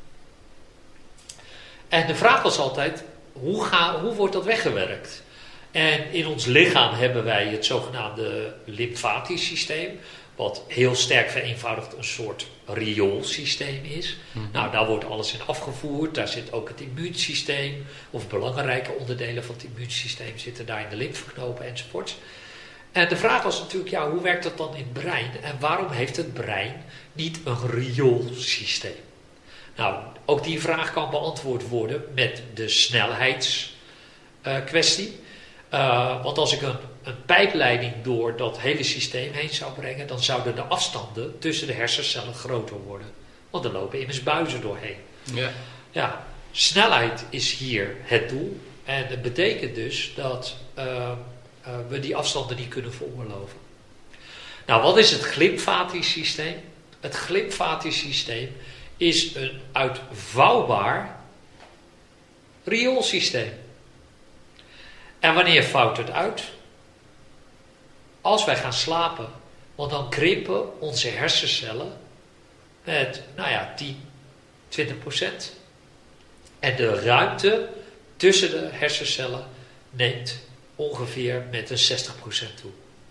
Speaker 2: En de vraag was altijd, hoe wordt dat weggewerkt? En in ons lichaam hebben wij het zogenaamde lymfatisch systeem, wat heel sterk vereenvoudigd een soort rioolsysteem is. Mm-hmm. Nou, daar wordt alles in afgevoerd. Daar zit ook het immuunsysteem, of belangrijke onderdelen van het immuunsysteem zitten daar in de lymfeknopen enzovoort. En de vraag was natuurlijk, ja, hoe werkt dat dan in het brein? En waarom heeft het brein niet een rioolsysteem? Nou, ook die vraag kan beantwoord worden met de snelheidskwestie. Want als ik een pijpleiding door dat hele systeem heen zou brengen, dan zouden de afstanden tussen de hersencellen groter worden. Want er lopen immers buizen doorheen. Ja, snelheid is hier het doel. En het betekent dus dat we die afstanden niet kunnen veroorloven. Nou, wat is het glymfatisch systeem? Het glymfatisch systeem is een uitvouwbaar rioolsysteem. En wanneer vouwt het uit? Als wij gaan slapen. Want dan krimpen onze hersencellen met 10-20%. En de ruimte tussen de hersencellen neemt ongeveer met een 60% toe.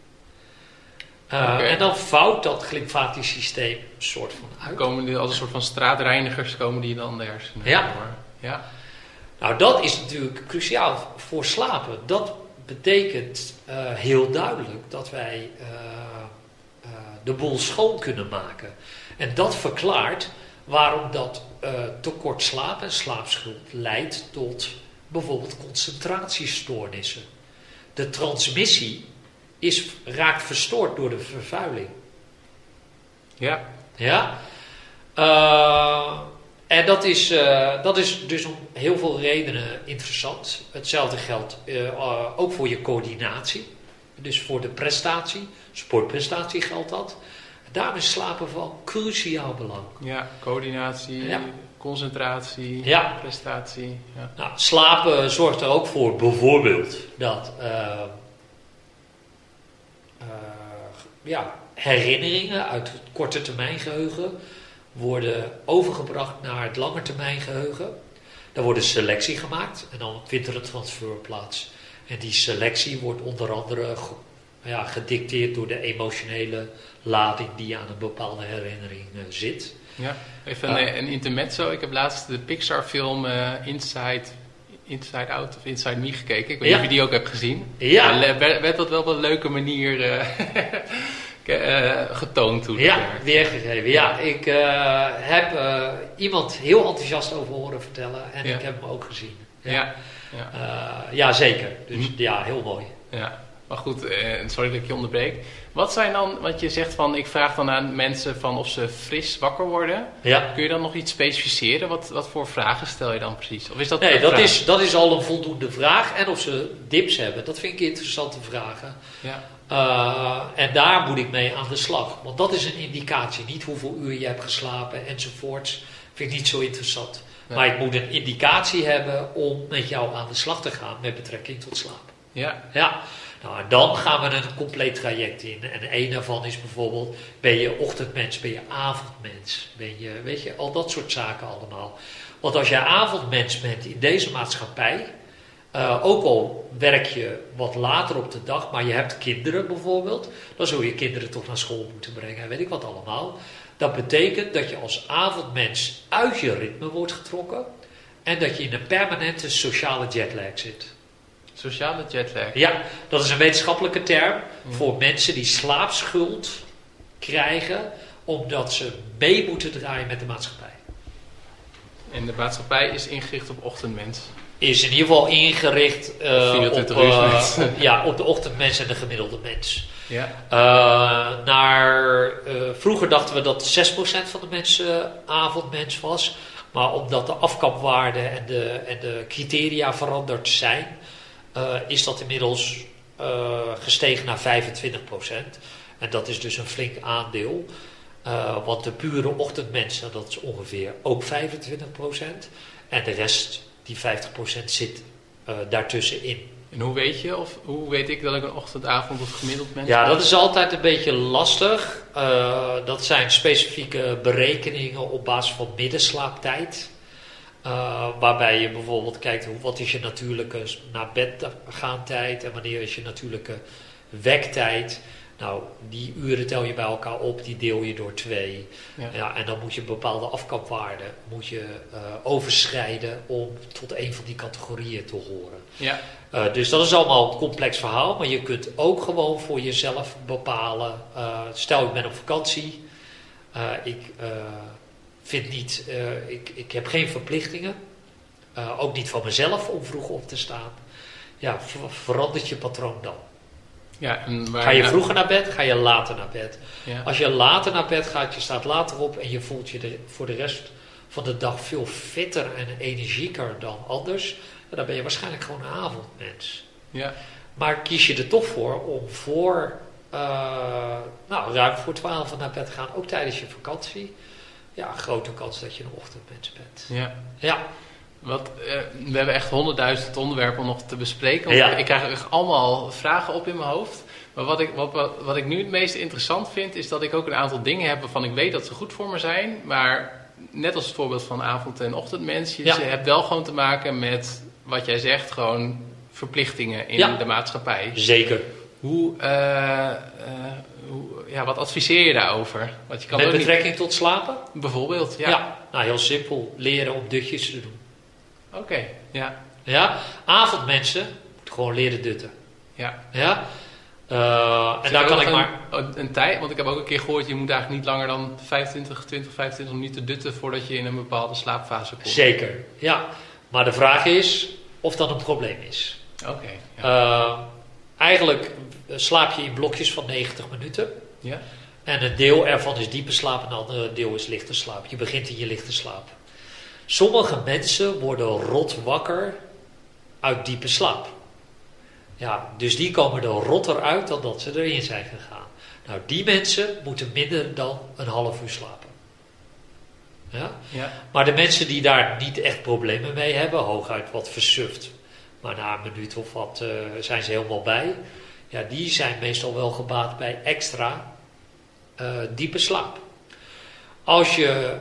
Speaker 2: En dan vouwt dat glymfatisch systeem een soort van uit.
Speaker 1: Komen die als een soort van straatreinigers komen die dan de hersenen?
Speaker 2: Ja. Nou, dat is natuurlijk cruciaal voor slapen. Dat betekent heel duidelijk dat wij de boel schoon kunnen maken. En dat verklaart waarom dat tekort slaap en slaapschuld leidt tot bijvoorbeeld concentratiestoornissen. De transmissie raakt verstoord door de vervuiling.
Speaker 1: Ja.
Speaker 2: Ja? En dat is dus om heel veel redenen interessant. Hetzelfde geldt ook voor je coördinatie. Dus voor de prestatie, sportprestatie geldt dat. Daarom is slapen van cruciaal belang.
Speaker 1: Ja, coördinatie, concentratie, prestatie. Ja.
Speaker 2: Nou, slapen zorgt er ook voor bijvoorbeeld dat herinneringen uit het korte termijn geheugen worden overgebracht naar het langetermijn geheugen. Daar wordt een selectie gemaakt en dan vindt er een transfer plaats. En die selectie wordt onder andere gedicteerd door de emotionele lading die aan een bepaalde herinnering zit.
Speaker 1: Ja, even een intermezzo. Ik heb laatst de Pixar film Inside Out of Inside Me gekeken. Ik weet niet of je die ook hebt gezien.
Speaker 2: Ja.
Speaker 1: Werd dat wel op een leuke manier getoond toen?
Speaker 2: Weergegeven. Ja, ik heb iemand heel enthousiast over horen vertellen en ik heb hem ook gezien. Ja, zeker. Dus heel mooi.
Speaker 1: Ja. Maar goed, sorry dat ik je onderbreek. Wat zijn dan, want je zegt van, ik vraag dan aan mensen van of ze fris wakker worden.
Speaker 2: Ja.
Speaker 1: Kun je dan nog iets specificeren? Wat voor vragen stel je dan precies? Of is dat
Speaker 2: nee, dat is al een voldoende vraag. En of ze dips hebben, dat vind ik interessante vragen. Ja. En daar moet ik mee aan de slag. Want dat is een indicatie. Niet hoeveel uur je hebt geslapen enzovoorts. Vind ik niet zo interessant. Ja. Maar ik moet een indicatie hebben om met jou aan de slag te gaan met betrekking tot slaap. Ja. Nou, en dan gaan we een compleet traject in. En een daarvan is bijvoorbeeld, ben je ochtendmens, ben je avondmens? Weet je, al dat soort zaken allemaal. Want als jij avondmens bent in deze maatschappij, ook al werk je wat later op de dag, maar je hebt kinderen bijvoorbeeld, dan zul je kinderen toch naar school moeten brengen, weet ik wat allemaal. Dat betekent dat je als avondmens uit je ritme wordt getrokken en dat je in een permanente sociale jetlag zit.
Speaker 1: Sociale jetlag?
Speaker 2: Ja, dat is een wetenschappelijke term voor mensen die slaapschuld krijgen omdat ze mee moeten draaien met de maatschappij.
Speaker 1: En de maatschappij is ingericht op ochtendmens?
Speaker 2: Is in ieder geval ingericht op de ochtendmens en de gemiddelde mens. Ja. Vroeger dachten we dat 6% van de mensen avondmens was. Maar omdat de afkapwaarden en de criteria veranderd zijn, is dat inmiddels gestegen naar 25%. En dat is dus een flink aandeel. Want de pure ochtendmensen, dat is ongeveer ook 25%. En de rest, die 50%, zit daartussenin.
Speaker 1: En hoe weet ik dat ik een ochtendavond of gemiddeld mens ben?
Speaker 2: Ja, dat is altijd een beetje lastig. Dat zijn specifieke berekeningen op basis van middenslaaptijd. Waarbij je bijvoorbeeld kijkt, wat is je natuurlijke naar bed gaan tijd en wanneer is je natuurlijke wektijd. Nou, die uren tel je bij elkaar op, die deel je door 2. Ja, en dan moet je bepaalde afkapwaarden overschrijden om tot een van die categorieën te horen. Ja. Dus dat is allemaal een complex verhaal, maar je kunt ook gewoon voor jezelf bepalen. Stel ik ben op vakantie, ik heb geen verplichtingen, ook niet van mezelf om vroeg op te staan. Ja, verandert je patroon dan. Ja, ga je vroeger naar bed, ga je later naar bed. Ja. Als je later naar bed gaat, je staat later op en je voelt je voor de rest van de dag veel fitter en energieker dan anders, dan ben je waarschijnlijk gewoon een avondmens. Ja. Maar kies je er toch voor om ruim voor 12 naar bed te gaan, ook tijdens je vakantie, ja, een grote kans dat je een ochtendmens bent. Ja. Ja.
Speaker 1: We hebben echt 100.000 onderwerpen om nog te bespreken. Want ik krijg echt allemaal vragen op in mijn hoofd. Maar wat ik nu het meest interessant vind, is dat ik ook een aantal dingen heb waarvan ik weet dat ze goed voor me zijn. Maar net als het voorbeeld van avond- en ochtendmens, je hebt wel gewoon te maken met wat jij zegt, gewoon verplichtingen in de maatschappij.
Speaker 2: Zeker.
Speaker 1: Wat adviseer je daarover? Want je kan
Speaker 2: met betrekking tot slapen?
Speaker 1: Bijvoorbeeld,
Speaker 2: ja. Nou, heel simpel. Leren om dutjes te doen.
Speaker 1: Oké, ja.
Speaker 2: Ja, avondmensen moeten gewoon leren dutten.
Speaker 1: Ja.
Speaker 2: Ja? En daar kan ik maar...
Speaker 1: Een tijd, want ik heb ook een keer gehoord, je moet eigenlijk niet langer dan 25 minuten dutten voordat je in een bepaalde slaapfase komt.
Speaker 2: Zeker, ja. Maar de vraag is of dat een probleem is.
Speaker 1: Oké.
Speaker 2: Eigenlijk slaap je in blokjes van 90 minuten.
Speaker 1: Ja.
Speaker 2: En een deel ervan is diepe slaap en een ander deel is lichte slaap. Je begint in je lichte slaap. Sommige mensen worden rot wakker uit diepe slaap. Ja, dus die komen er rotter uit dan dat ze erin zijn gegaan. Nou, die mensen moeten minder dan een half uur slapen. Ja?
Speaker 1: Ja.
Speaker 2: Maar de mensen die daar niet echt problemen mee hebben, hooguit wat versuft, maar na een minuut of wat zijn ze helemaal bij. Ja, die zijn meestal wel gebaat bij extra diepe slaap. Als je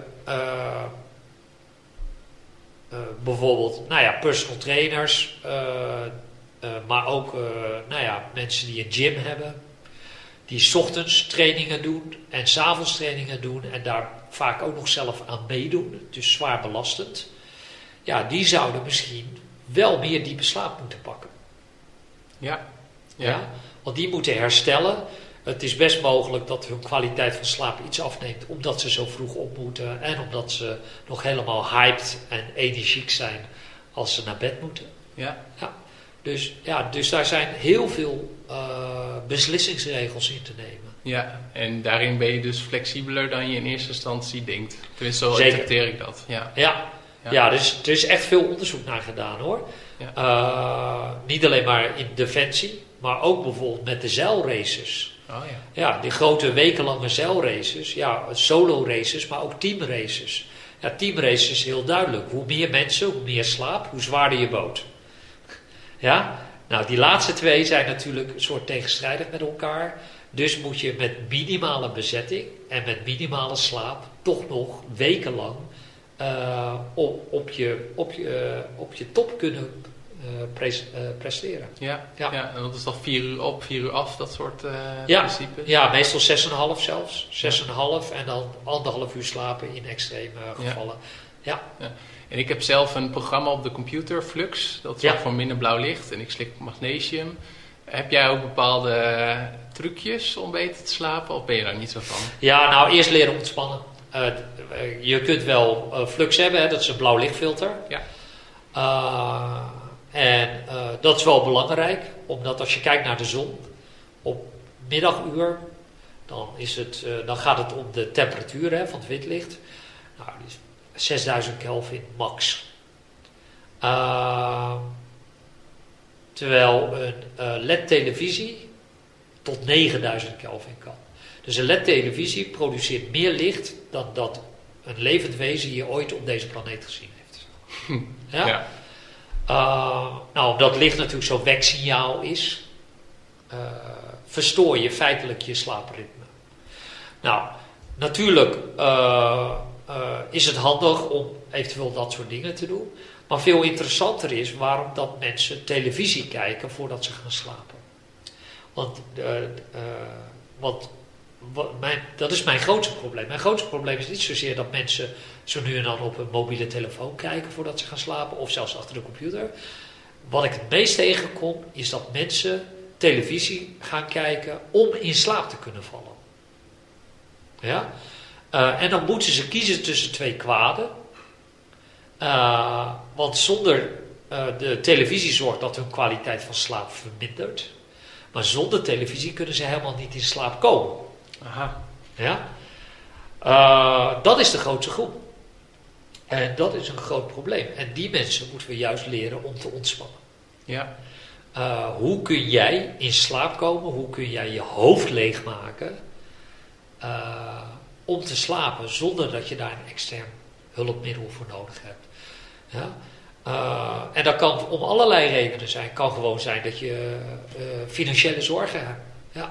Speaker 2: bijvoorbeeld, personal trainers, maar ook mensen die een gym hebben, die 's ochtends trainingen doen en 's avonds trainingen doen en daar vaak ook nog zelf aan meedoen, dus zwaar belastend. Ja, die zouden misschien wel meer diepe slaap moeten pakken.
Speaker 1: Ja.
Speaker 2: Ja? Want die moeten herstellen. Het is best mogelijk dat hun kwaliteit van slaap iets afneemt, omdat ze zo vroeg op moeten en omdat ze nog helemaal hyped en energiek zijn als ze naar bed moeten.
Speaker 1: Ja.
Speaker 2: Dus daar zijn heel veel beslissingsregels in te nemen.
Speaker 1: Ja, en daarin ben je dus flexibeler dan je in eerste instantie denkt. Tenminste, zo
Speaker 2: Zeker.
Speaker 1: interpreteer ik dat.
Speaker 2: Ja, dus er is echt veel onderzoek naar gedaan hoor.
Speaker 1: Ja.
Speaker 2: Niet alleen maar in defensie, maar ook bijvoorbeeld met de zeilraces.
Speaker 1: Oh ja.
Speaker 2: Ja, die grote wekenlange zeilraces, ja, solo races, maar ook teamraces. Ja, teamraces is heel duidelijk. Hoe meer mensen, hoe meer slaap, hoe zwaarder je boot. Ja, nou die laatste twee zijn natuurlijk een soort tegenstrijdig met elkaar. Dus moet je met minimale bezetting en met minimale slaap toch nog wekenlang op je top kunnen presteren.
Speaker 1: Ja.
Speaker 2: Ja.
Speaker 1: En dat is dan 4 uur op, 4 uur af, dat soort principe?
Speaker 2: Ja, meestal 6,5 zelfs. 6,5 en dan 1,5 uur slapen in extreme gevallen. Ja.
Speaker 1: En ik heb zelf een programma op de computer, Flux. Dat zorgt voor minder blauw licht en ik slik magnesium. Heb jij ook bepaalde trucjes om beter te slapen of ben je daar niet zo van?
Speaker 2: Ja, nou eerst leren ontspannen. Je kunt wel Flux hebben, hè, dat is een blauw lichtfilter. Ja. Dat is wel belangrijk, omdat als je kijkt naar de zon op middaguur, dan gaat het om de temperatuur van het witlicht. Nou, die is 6000 Kelvin max. Terwijl een LED-televisie tot 9000 Kelvin kan. Dus een LED-televisie produceert meer licht dan dat een levend wezen je ooit op deze planeet gezien heeft. Ja? Omdat licht natuurlijk zo'n weksignaal is, verstoor je feitelijk je slaapritme. Nou, natuurlijk is het handig om eventueel dat soort dingen te doen. Maar veel interessanter is waarom dat mensen televisie kijken voordat ze gaan slapen. Want dat is mijn grootste probleem. Mijn grootste probleem is niet zozeer dat mensen zo nu en dan op een mobiele telefoon kijken voordat ze gaan slapen. Of zelfs achter de computer. Wat ik het meest tegenkom is dat mensen televisie gaan kijken om in slaap te kunnen vallen. Ja? En dan moeten ze kiezen tussen twee kwaden. Want zonder de televisie zorgt dat hun kwaliteit van slaap vermindert. Maar zonder televisie kunnen ze helemaal niet in slaap komen.
Speaker 1: Aha.
Speaker 2: Ja? Dat is de grootste groep. En dat is een groot probleem. En die mensen moeten we juist leren om te ontspannen.
Speaker 1: Ja.
Speaker 2: Hoe kun jij in slaap komen? Hoe kun jij je hoofd leegmaken om te slapen zonder dat je daar een extern hulpmiddel voor nodig hebt? Ja? En dat kan om allerlei redenen zijn. Het kan gewoon zijn dat je financiële zorgen hebt.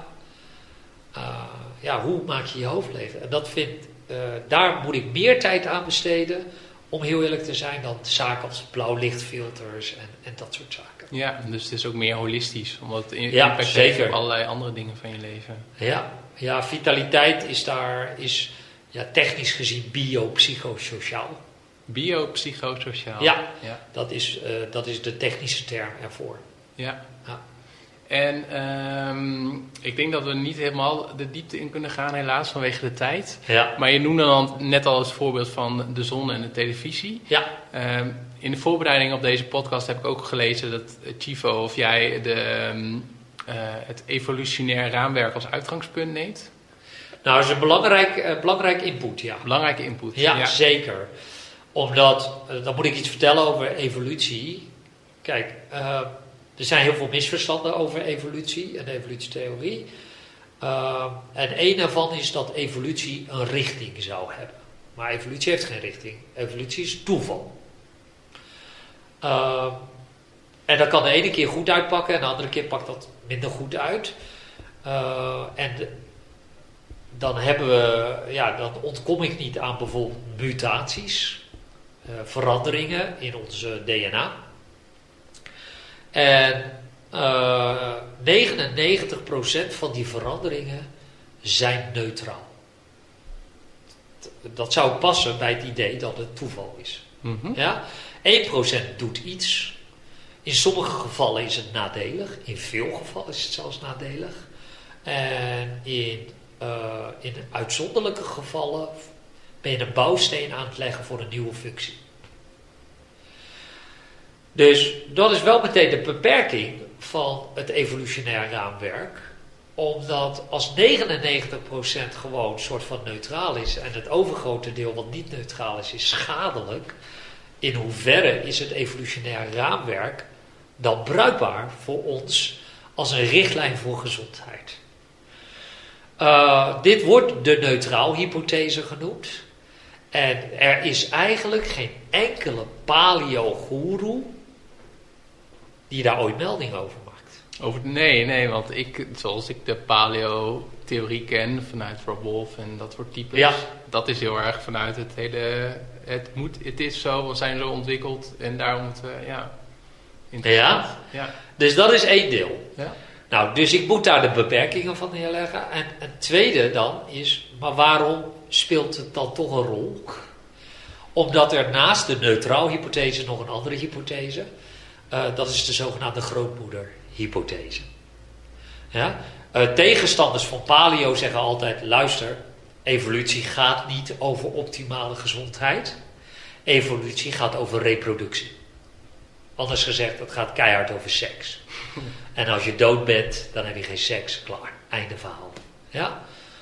Speaker 2: Ja. Hoe maak je je hoofd leeg? En daar moet ik meer tijd aan besteden, om heel eerlijk te zijn, dan zaken als blauwlichtfilters en dat soort zaken.
Speaker 1: Ja, dus het is ook meer holistisch, omdat het
Speaker 2: impact
Speaker 1: heeft op allerlei andere dingen van je leven.
Speaker 2: Ja, vitaliteit is technisch gezien biopsychosociaal.
Speaker 1: Biopsychosociaal.
Speaker 2: Ja. Dat is de technische term ervoor.
Speaker 1: Ja. En ik denk dat we niet helemaal de diepte in kunnen gaan, helaas, vanwege de tijd.
Speaker 2: Ja.
Speaker 1: Maar je noemde dan net al het voorbeeld van de zon en de televisie.
Speaker 2: Ja.
Speaker 1: In de voorbereiding op deze podcast heb ik ook gelezen dat Chivo of jij het evolutionair raamwerk als uitgangspunt neemt.
Speaker 2: Nou, dat is een belangrijk input, ja.
Speaker 1: Belangrijke input.
Speaker 2: Ja, zeker. Omdat, dan moet ik iets vertellen over evolutie. Kijk, er zijn heel veel misverstanden over evolutie en evolutietheorie. En één daarvan is dat evolutie een richting zou hebben. Maar evolutie heeft geen richting. Evolutie is toeval. En dat kan de ene keer goed uitpakken en de andere keer pakt dat minder goed uit. Dan dan ontkom ik niet aan bijvoorbeeld mutaties, veranderingen in onze DNA. En 99% van die veranderingen zijn neutraal. Dat zou passen bij het idee dat het toeval is.
Speaker 1: Mm-hmm.
Speaker 2: Ja? 1% doet iets. In sommige gevallen is het nadelig. In veel gevallen is het zelfs nadelig. En in uitzonderlijke gevallen ben je een bouwsteen aan het leggen voor een nieuwe functie. Dus dat is wel meteen de beperking van het evolutionair raamwerk. Omdat als 99% gewoon een soort van neutraal is en het overgrote deel wat niet neutraal is schadelijk. In hoeverre is het evolutionair raamwerk dan bruikbaar voor ons als een richtlijn voor gezondheid? Dit wordt de neutraal-hypothese genoemd. En er is eigenlijk geen enkele paleo-goeroe die daar ooit melding over maakt.
Speaker 1: Nee, want zoals ik de paleo-theorie ken vanuit Rob Wolf en dat soort types, dat is heel erg vanuit het hele, het is zo, we zijn zo ontwikkeld en daarom moeten we, interessant. Ja.
Speaker 2: Dus dat is één deel.
Speaker 1: Ja.
Speaker 2: Nou, dus ik moet daar de beperkingen van neerleggen. En het tweede dan is, maar waarom speelt het dan toch een rol? Omdat er naast de neutraal-hypothese nog een andere hypothese, dat is de zogenaamde grootmoederhypothese. Ja? Tegenstanders van paleo zeggen altijd, luister, evolutie gaat niet over optimale gezondheid. Evolutie gaat over reproductie. Anders gezegd, het gaat keihard over seks. En als je dood bent, dan heb je geen seks. Klaar. Einde verhaal. Ja?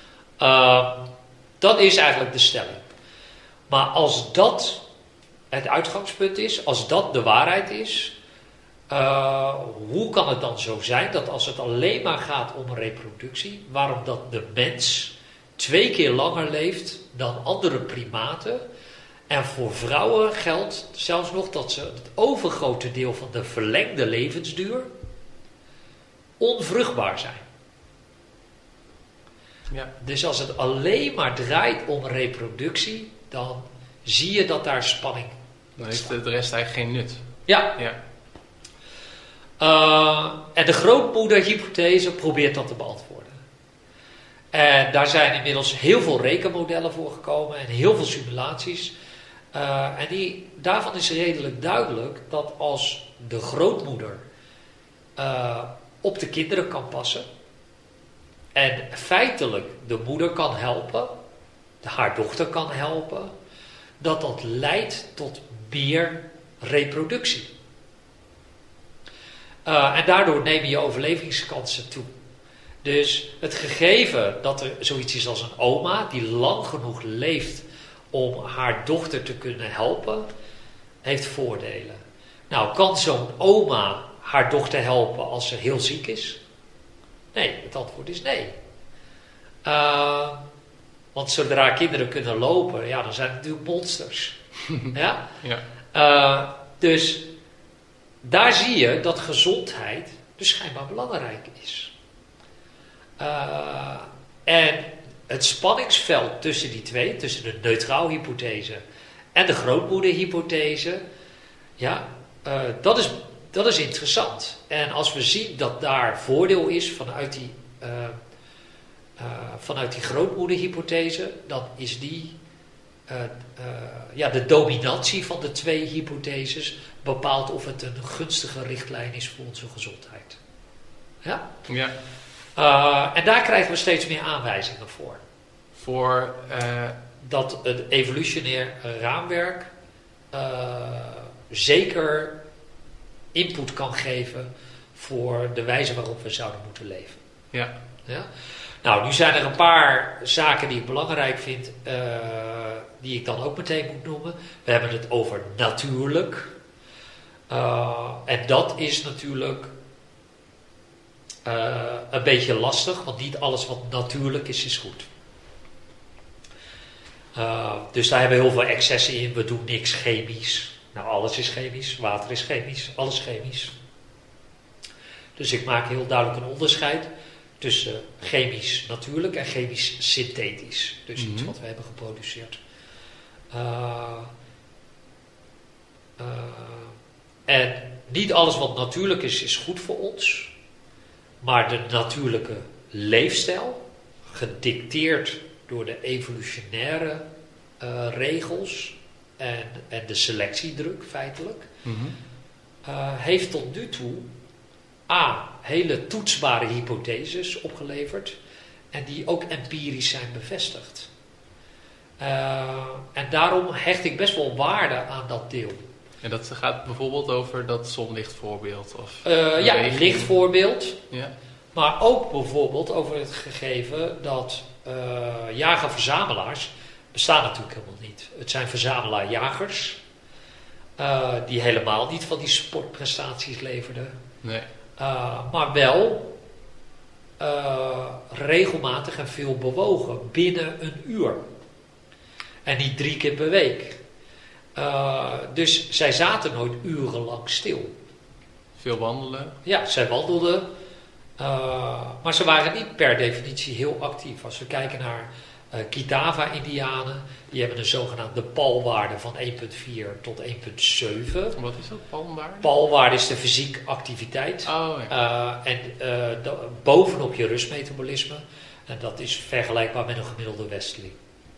Speaker 2: Dat is eigenlijk de stelling. Maar als dat het uitgangspunt is, als dat de waarheid is, hoe kan het dan zo zijn dat als het alleen maar gaat om reproductie, waarom dat de mens 2 keer langer leeft dan andere primaten? En voor vrouwen geldt zelfs nog dat ze het overgrote deel van de verlengde levensduur onvruchtbaar zijn. Ja. Dus als het alleen maar draait om reproductie, dan zie je dat daar spanning
Speaker 1: dan heeft de rest eigenlijk geen nut.
Speaker 2: Ja. En de grootmoederhypothese probeert dat te beantwoorden. En daar zijn inmiddels heel veel rekenmodellen voor gekomen en heel veel simulaties. En daarvan is redelijk duidelijk dat als de grootmoeder op de kinderen kan passen en feitelijk de moeder kan helpen, haar dochter kan helpen, dat leidt tot meer reproductie. En daardoor nemen je overlevingskansen toe. Dus het gegeven dat er zoiets is als een oma die lang genoeg leeft om haar dochter te kunnen helpen, heeft voordelen. Nou, kan zo'n oma haar dochter helpen als ze heel ziek is? Nee, het antwoord is nee. Want zodra kinderen kunnen lopen, dan zijn het natuurlijk monsters. Ja? Dus daar zie je dat gezondheid dus schijnbaar belangrijk is. En het spanningsveld tussen die twee, tussen de neutraal-hypothese en de grootmoederhypothese, dat is interessant. En als we zien dat daar voordeel is vanuit die grootmoederhypothese, dan is de dominantie van de twee hypotheses bepaalt of het een gunstige richtlijn is voor onze gezondheid. Ja?
Speaker 1: Ja.
Speaker 2: En daar krijgen we steeds meer aanwijzingen voor.
Speaker 1: Voor...
Speaker 2: Dat het evolutionair raamwerk zeker input kan geven voor de wijze waarop we zouden moeten leven.
Speaker 1: Ja.
Speaker 2: Ja? Nou, nu zijn er een paar zaken die ik belangrijk vind, die ik dan ook meteen moet noemen. We hebben het over natuurlijk. En dat is natuurlijk een beetje lastig, want niet alles wat natuurlijk is goed. Dus daar hebben we heel veel excessen in. We doen niks chemisch. Nou, alles is chemisch. Water is chemisch. Alles is chemisch. Dus ik maak heel duidelijk een onderscheid tussen chemisch natuurlijk en chemisch synthetisch. Dus iets wat we hebben geproduceerd. En niet alles wat natuurlijk is goed voor ons. Maar de natuurlijke leefstijl, gedicteerd door de evolutionaire regels en de selectiedruk feitelijk, heeft tot nu toe hele toetsbare hypotheses opgeleverd en die ook empirisch zijn bevestigd. En daarom hecht ik best wel waarde aan dat deel.
Speaker 1: En dat gaat bijvoorbeeld over dat zonlichtvoorbeeld? Of
Speaker 2: ja, lichtvoorbeeld.
Speaker 1: Ja.
Speaker 2: Maar ook bijvoorbeeld over het gegeven dat jager-verzamelaars bestaan natuurlijk helemaal niet. Het zijn verzamelaar-jagers die helemaal niet van die sportprestaties leverden.
Speaker 1: Nee.
Speaker 2: Maar wel regelmatig en veel bewogen binnen een uur. En niet 3 keer per week. Dus zij zaten nooit urenlang stil.
Speaker 1: Veel wandelen?
Speaker 2: Ja, zij wandelden. Maar ze waren niet per definitie heel actief. Als we kijken naar Kitava-Indianen, die hebben een zogenaamde PAL-waarde van 1,4 tot 1,7.
Speaker 1: Wat is dat, PAL-waarde?
Speaker 2: PAL-waarde is de fysieke activiteit.
Speaker 1: Oh, ja.
Speaker 2: Bovenop je rustmetabolisme. En dat is vergelijkbaar met een gemiddelde westeling.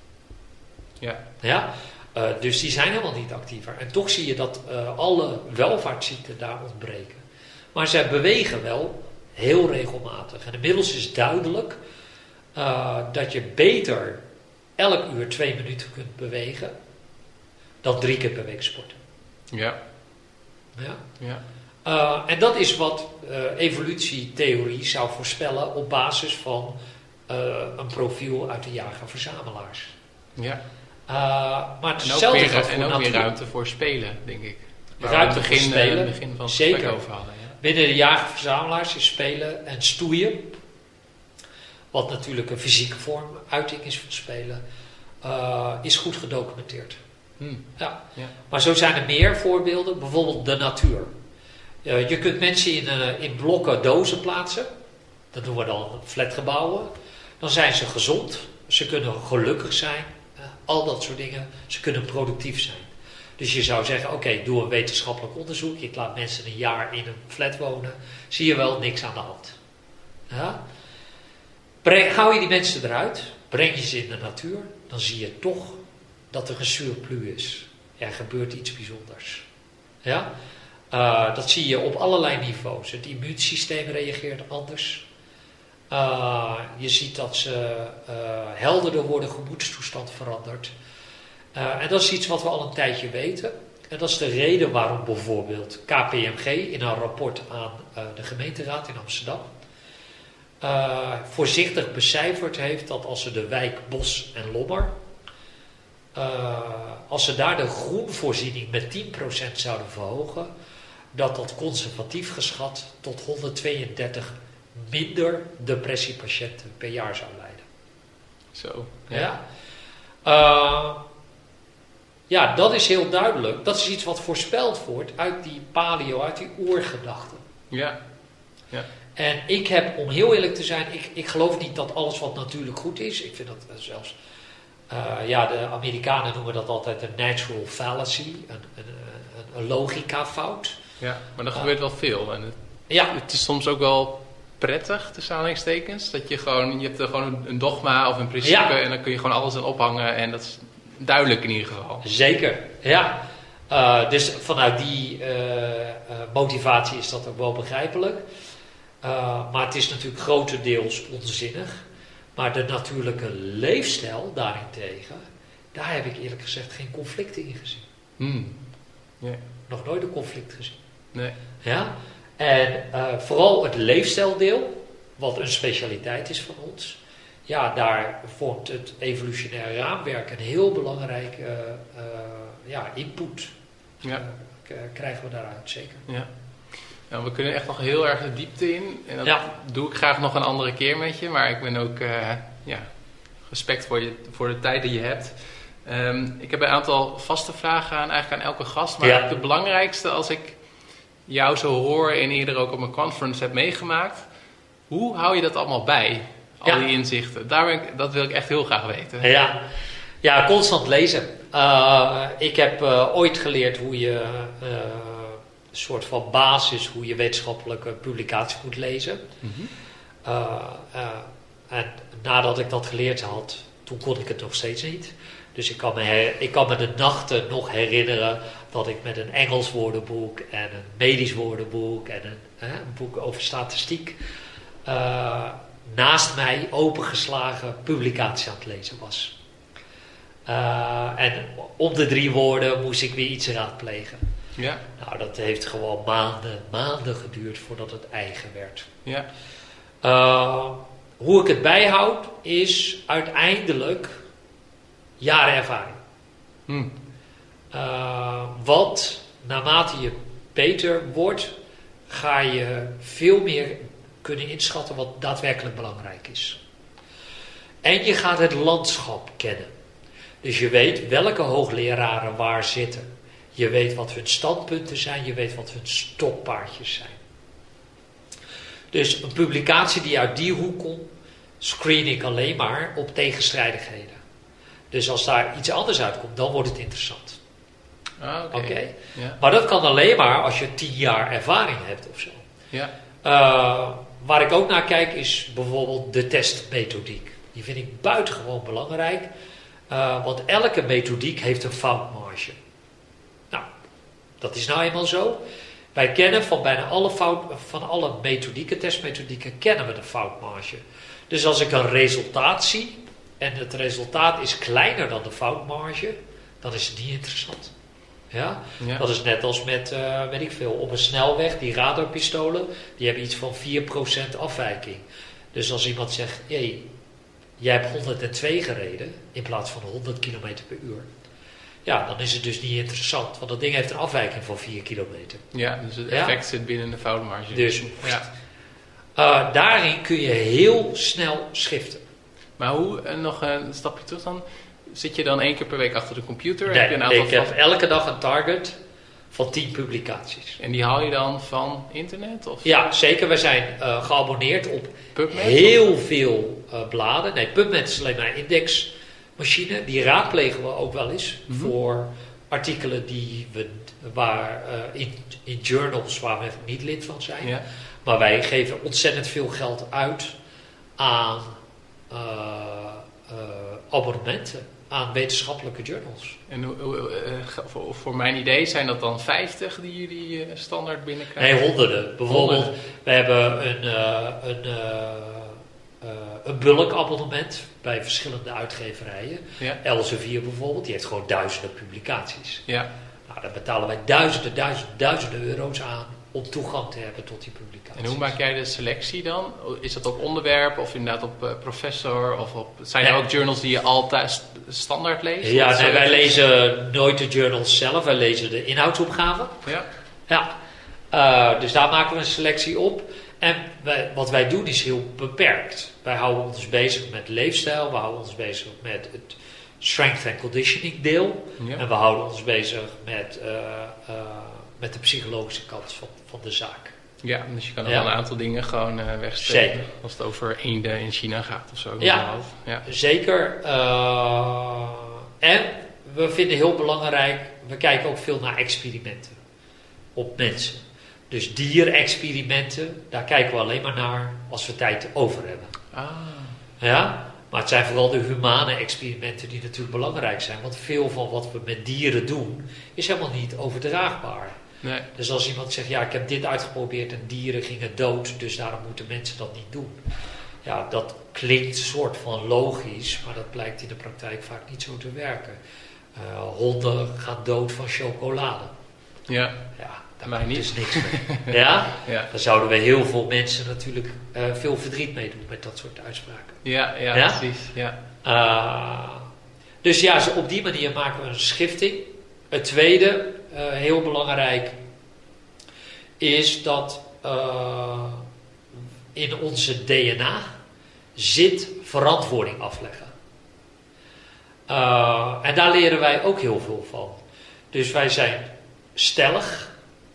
Speaker 1: Ja.
Speaker 2: Ja? Dus die zijn helemaal niet actiever. En toch zie je dat alle welvaartsziekten daar ontbreken. Maar zij bewegen wel heel regelmatig. En inmiddels is duidelijk dat je beter elk uur 2 minuten kunt bewegen dan 3 keer per week sporten.
Speaker 1: Ja.
Speaker 2: Ja?
Speaker 1: Ja.
Speaker 2: En dat is wat evolutietheorie zou voorspellen op basis van een profiel uit de jager-verzamelaars.
Speaker 1: Ja.
Speaker 2: Maar hetzelfde geldt voor
Speaker 1: ook
Speaker 2: natuur.
Speaker 1: weer ruimte voor spelen, denk ik.
Speaker 2: Ruimte voor spelen,
Speaker 1: het begin van het
Speaker 2: zeker.
Speaker 1: gesprek over hadden. Ja.
Speaker 2: Binnen de jager-verzamelaars is spelen en stoeien, wat natuurlijk een fysieke vorm, uiting is van spelen, is goed gedocumenteerd. Ja.
Speaker 1: Ja.
Speaker 2: Maar zo zijn er meer voorbeelden, bijvoorbeeld de natuur. Je kunt mensen in blokken dozen plaatsen, dat doen we dan flatgebouwen. Dan zijn ze gezond, ze kunnen gelukkig zijn, al dat soort dingen. Ze kunnen productief zijn. Dus je zou zeggen, oké, doe een wetenschappelijk onderzoek. Je laat mensen een jaar in een flat wonen. Zie je wel niks aan de hand. Ja? Hou je die mensen eruit, breng je ze in de natuur, dan zie je toch dat er een surplus is. Er gebeurt iets bijzonders. Ja? Dat zie je op allerlei niveaus. Het immuunsysteem reageert anders. Je ziet dat ze helderder worden, gemoedstoestand verandert. En dat is iets wat we al een tijdje weten. En dat is de reden waarom bijvoorbeeld KPMG in een rapport aan de gemeenteraad in Amsterdam voorzichtig becijferd heeft dat als ze de wijk Bos en Lommer, als ze daar de groenvoorziening met 10% zouden verhogen, dat conservatief geschat tot 132 minder depressiepatiënten per jaar zou leiden.
Speaker 1: Zo.
Speaker 2: Ja. Ja, dat is heel duidelijk. Dat is iets wat voorspeld wordt uit die paleo, uit die oergedachten.
Speaker 1: Ja. Ja.
Speaker 2: En ik heb, om heel eerlijk te zijn, ik geloof niet dat alles wat natuurlijk goed is. Ik vind dat zelfs, de Amerikanen noemen dat altijd een natural fallacy, een logica-fout.
Speaker 1: Ja, maar er gebeurt wel veel. En
Speaker 2: Ja.
Speaker 1: Het is soms ook wel prettig, tussen aanhalingstekens, dat je hebt er gewoon een dogma of een principe en dan kun je gewoon alles aan ophangen en dat is duidelijk in ieder geval.
Speaker 2: Zeker, ja. Dus vanuit die motivatie is dat ook wel begrijpelijk. Maar het is natuurlijk grotendeels onzinnig. Maar de natuurlijke leefstijl daarentegen, daar heb ik eerlijk gezegd geen conflicten in gezien.
Speaker 1: Yeah.
Speaker 2: Nog nooit een conflict gezien.
Speaker 1: Nee.
Speaker 2: Ja? En vooral het leefstijldeel, wat een specialiteit is van ons. Ja, daar vormt het evolutionaire raamwerk een heel belangrijke input.
Speaker 1: Ja.
Speaker 2: Krijgen we daaruit, zeker.
Speaker 1: Ja. Nou, we kunnen echt nog heel erg de diepte in. En dat doe ik graag nog een andere keer met je. Maar ik ben ook respect voor de tijd die je hebt. Ik heb een aantal vaste vragen eigenlijk aan elke gast. Maar de belangrijkste, als ik jou zo hoor en eerder ook op een conference heb meegemaakt. Hoe hou je dat allemaal bij? Al die inzichten. Dat wil ik echt heel graag weten.
Speaker 2: Ja, constant lezen. Ik heb ooit geleerd hoe je een soort van basis, hoe je wetenschappelijke publicaties moet lezen.
Speaker 1: Mm-hmm.
Speaker 2: En nadat ik dat geleerd had, toen kon ik het nog steeds niet. Dus ik kan me de nachten nog herinneren dat ik met een Engels woordenboek en een medisch woordenboek en een boek over statistiek naast mij opengeslagen publicatie aan het lezen was. En om de 3 woorden moest ik weer iets raadplegen.
Speaker 1: Ja.
Speaker 2: Nou, dat heeft gewoon maanden geduurd voordat het eigen werd.
Speaker 1: Ja.
Speaker 2: Hoe ik het bijhoud is uiteindelijk jaren ervaring. Want naarmate je beter wordt, ga je veel meer kunnen inschatten wat daadwerkelijk belangrijk is. En je gaat het landschap kennen. Dus je weet welke hoogleraren waar zitten. Je weet wat hun standpunten zijn, je weet wat hun stokpaardjes zijn. Dus een publicatie die uit die hoek komt, screen ik alleen maar op tegenstrijdigheden. Dus als daar iets anders uitkomt, dan wordt het interessant. Oké.
Speaker 1: Ja.
Speaker 2: Maar dat kan alleen maar als je 10 jaar ervaring hebt of zo.
Speaker 1: Ja.
Speaker 2: Waar ik ook naar kijk is bijvoorbeeld de testmethodiek. Die vind ik buitengewoon belangrijk. Want elke methodiek heeft een foutmarge. Nou, dat is nou eenmaal zo. Wij kennen van bijna alle methodieken, testmethodieken, kennen we de foutmarge. Dus als ik een resultaat zie en het resultaat is kleiner dan de foutmarge, dan is het niet interessant. Ja?
Speaker 1: Ja.
Speaker 2: Dat is net als met, op een snelweg, die radarpistolen, die hebben iets van 4% afwijking. Dus als iemand zegt, jij hebt 102 gereden in plaats van 100 km per uur. Ja, dan is het dus niet interessant, want dat ding heeft een afwijking van 4 kilometer.
Speaker 1: Ja, dus het effect zit binnen de foutmarge.
Speaker 2: Dus daarin kun je heel snel schiften.
Speaker 1: Maar hoe, nog een stapje terug dan, zit je dan 1 keer per week achter de computer?
Speaker 2: Nee,
Speaker 1: heb je een aantal
Speaker 2: ik heb elke dag een target van 10 publicaties.
Speaker 1: En die haal je dan van internet? Of?
Speaker 2: Ja, zeker. We zijn geabonneerd op
Speaker 1: PubMed,
Speaker 2: heel veel bladen. Nee, PubMed is alleen maar een indexmachine. Die raadplegen we ook wel eens voor artikelen die in journals waar we niet lid van zijn.
Speaker 1: Ja.
Speaker 2: Maar wij geven ontzettend veel geld uit aan abonnementen aan wetenschappelijke journals.
Speaker 1: En voor mijn idee zijn dat dan 50 die jullie standaard binnenkrijgen?
Speaker 2: Nee, honderden. Bijvoorbeeld, we hebben een bulkabonnement bij verschillende uitgeverijen.
Speaker 1: Ja.
Speaker 2: Elsevier bijvoorbeeld, die heeft gewoon duizenden publicaties.
Speaker 1: Ja.
Speaker 2: Nou, daar betalen wij duizenden euro's aan om toegang te hebben tot die publicaties.
Speaker 1: En hoe maak jij de selectie dan? Is dat op onderwerp of inderdaad op professor? Zijn er ook journals die je altijd standaard leest?
Speaker 2: Ja, nee, wij lezen nooit de journals zelf. Wij lezen de inhoudsopgave. Ja. Dus daar maken we een selectie op. En wat wij doen is heel beperkt. Wij houden ons bezig met leefstijl. We houden ons bezig met het strength and conditioning deel. Ja. En we houden ons bezig met de psychologische kant van de zaak.
Speaker 1: Ja, dus je kan wel een aantal dingen gewoon wegstrepen. Als het over eenden in China gaat of zo.
Speaker 2: Ja, zeker. En we vinden heel belangrijk, we kijken ook veel naar experimenten op mensen. Dus dierexperimenten, daar kijken we alleen maar naar als we tijd over hebben. Ja, maar het zijn vooral de humane experimenten die natuurlijk belangrijk zijn. Want veel van wat we met dieren doen is helemaal niet overdraagbaar.
Speaker 1: Nee.
Speaker 2: Dus als iemand zegt, ja, ik heb dit uitgeprobeerd en dieren gingen dood, dus daarom moeten mensen dat niet doen. Ja, dat klinkt soort van logisch, maar dat blijkt in de praktijk vaak niet zo te werken. Honden gaan dood van chocolade.
Speaker 1: Ja,
Speaker 2: daar
Speaker 1: mij
Speaker 2: kan
Speaker 1: niet.
Speaker 2: dus niks mee. Ja?
Speaker 1: Ja.
Speaker 2: Dan zouden we heel veel mensen natuurlijk veel verdriet mee doen met dat soort uitspraken.
Speaker 1: Ja, precies. Ja.
Speaker 2: Dus ja, op die manier maken we een schifting. Het tweede, heel belangrijk, is dat in onze DNA zit verantwoording afleggen. En daar leren wij ook heel veel van. Dus wij zijn stellig.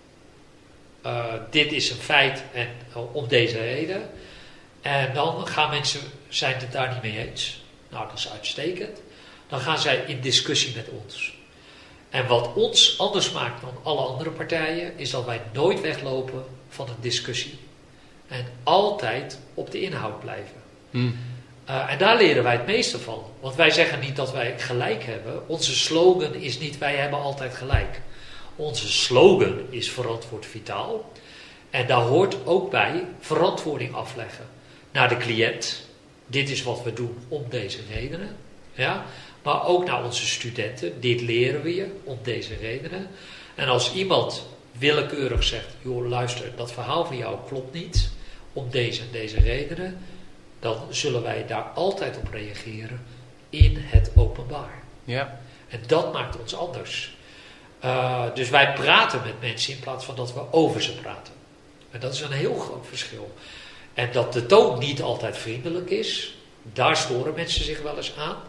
Speaker 2: Dit is een feit en om deze reden. En dan gaan mensen, zijn het daar niet mee eens. Nou, dat is uitstekend. Dan gaan zij in discussie met ons. En wat ons anders maakt dan alle andere partijen, is dat wij nooit weglopen van een discussie. En altijd op de inhoud blijven. En daar leren wij het meeste van. Want wij zeggen niet dat wij gelijk hebben. Onze slogan is niet wij hebben altijd gelijk. Onze slogan is verantwoord vitaal. En daar hoort ook bij verantwoording afleggen naar de cliënt. Dit is wat we doen om deze redenen. Ja? Maar ook naar onze studenten. Dit leren we je om deze redenen. En als iemand willekeurig zegt, joh, luister, dat verhaal van jou klopt niet om deze en deze redenen, dan zullen wij daar altijd op reageren in het openbaar.
Speaker 1: Ja.
Speaker 2: En dat maakt ons anders. Dus wij praten met mensen in plaats van dat we over ze praten. En dat is een heel groot verschil. En dat de toon niet altijd vriendelijk is, daar storen mensen zich wel eens aan.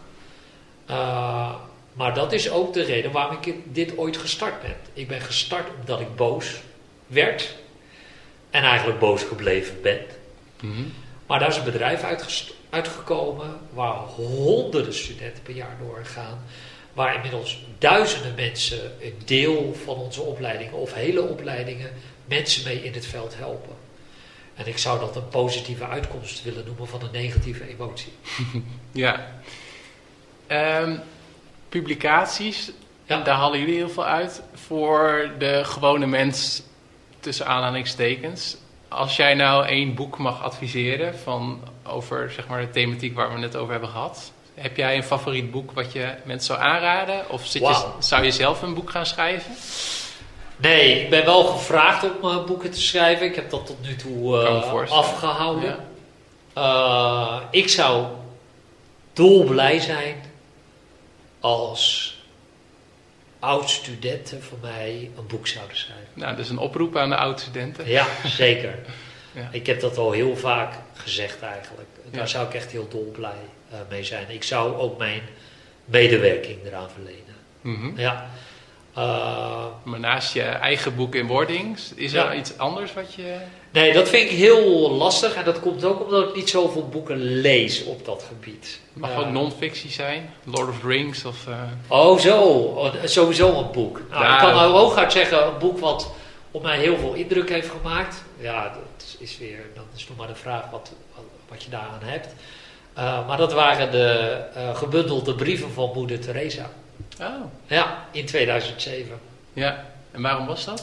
Speaker 2: Maar dat is ook de reden waarom ik dit ooit gestart ben. Ik ben gestart omdat ik boos werd en eigenlijk boos gebleven ben.
Speaker 1: Mm-hmm.
Speaker 2: Maar daar is een bedrijf uitgekomen waar honderden studenten per jaar doorgaan. Waar inmiddels duizenden mensen een deel van onze opleidingen of hele opleidingen mensen mee in het veld helpen. En ik zou dat een positieve uitkomst willen noemen van een negatieve emotie.
Speaker 1: Ja. Publicaties, daar halen jullie heel veel uit voor de gewone mens, tussen aanhalingstekens. Als jij nou 1 boek mag adviseren over zeg maar, de thematiek waar we het over hebben gehad, heb jij een favoriet boek wat je mensen zou aanraden? Of zou je zelf een boek gaan schrijven?
Speaker 2: Nee, ik ben wel gevraagd om boeken te schrijven. Ik heb dat tot nu toe afgehouden. Ja. Ik zou dolblij zijn als oud-studenten van mij een boek zouden schrijven.
Speaker 1: Nou, dus een oproep aan de oud-studenten.
Speaker 2: Ja, zeker.
Speaker 1: Ja.
Speaker 2: Ik heb dat al heel vaak gezegd eigenlijk. Daar zou ik echt heel dolblij mee zijn. Ik zou ook mijn medewerking eraan verlenen.
Speaker 1: Mm-hmm.
Speaker 2: Ja.
Speaker 1: Maar naast je eigen boek in wording, is er iets anders wat je...
Speaker 2: Nee, dat vind ik heel lastig. En dat komt ook omdat ik niet zoveel boeken lees op dat gebied.
Speaker 1: Het mag ook non-fictie zijn. Lord of the Rings of...
Speaker 2: Sowieso een boek. Nou, ik kan nou hooguit zeggen, een boek wat op mij heel veel indruk heeft gemaakt. Ja, dat is weer... Dan is nog maar de vraag wat je daaraan hebt. Maar dat waren de gebundelde brieven van moeder Teresa.
Speaker 1: Oh.
Speaker 2: Ja, in 2007.
Speaker 1: Ja, en waarom was dat?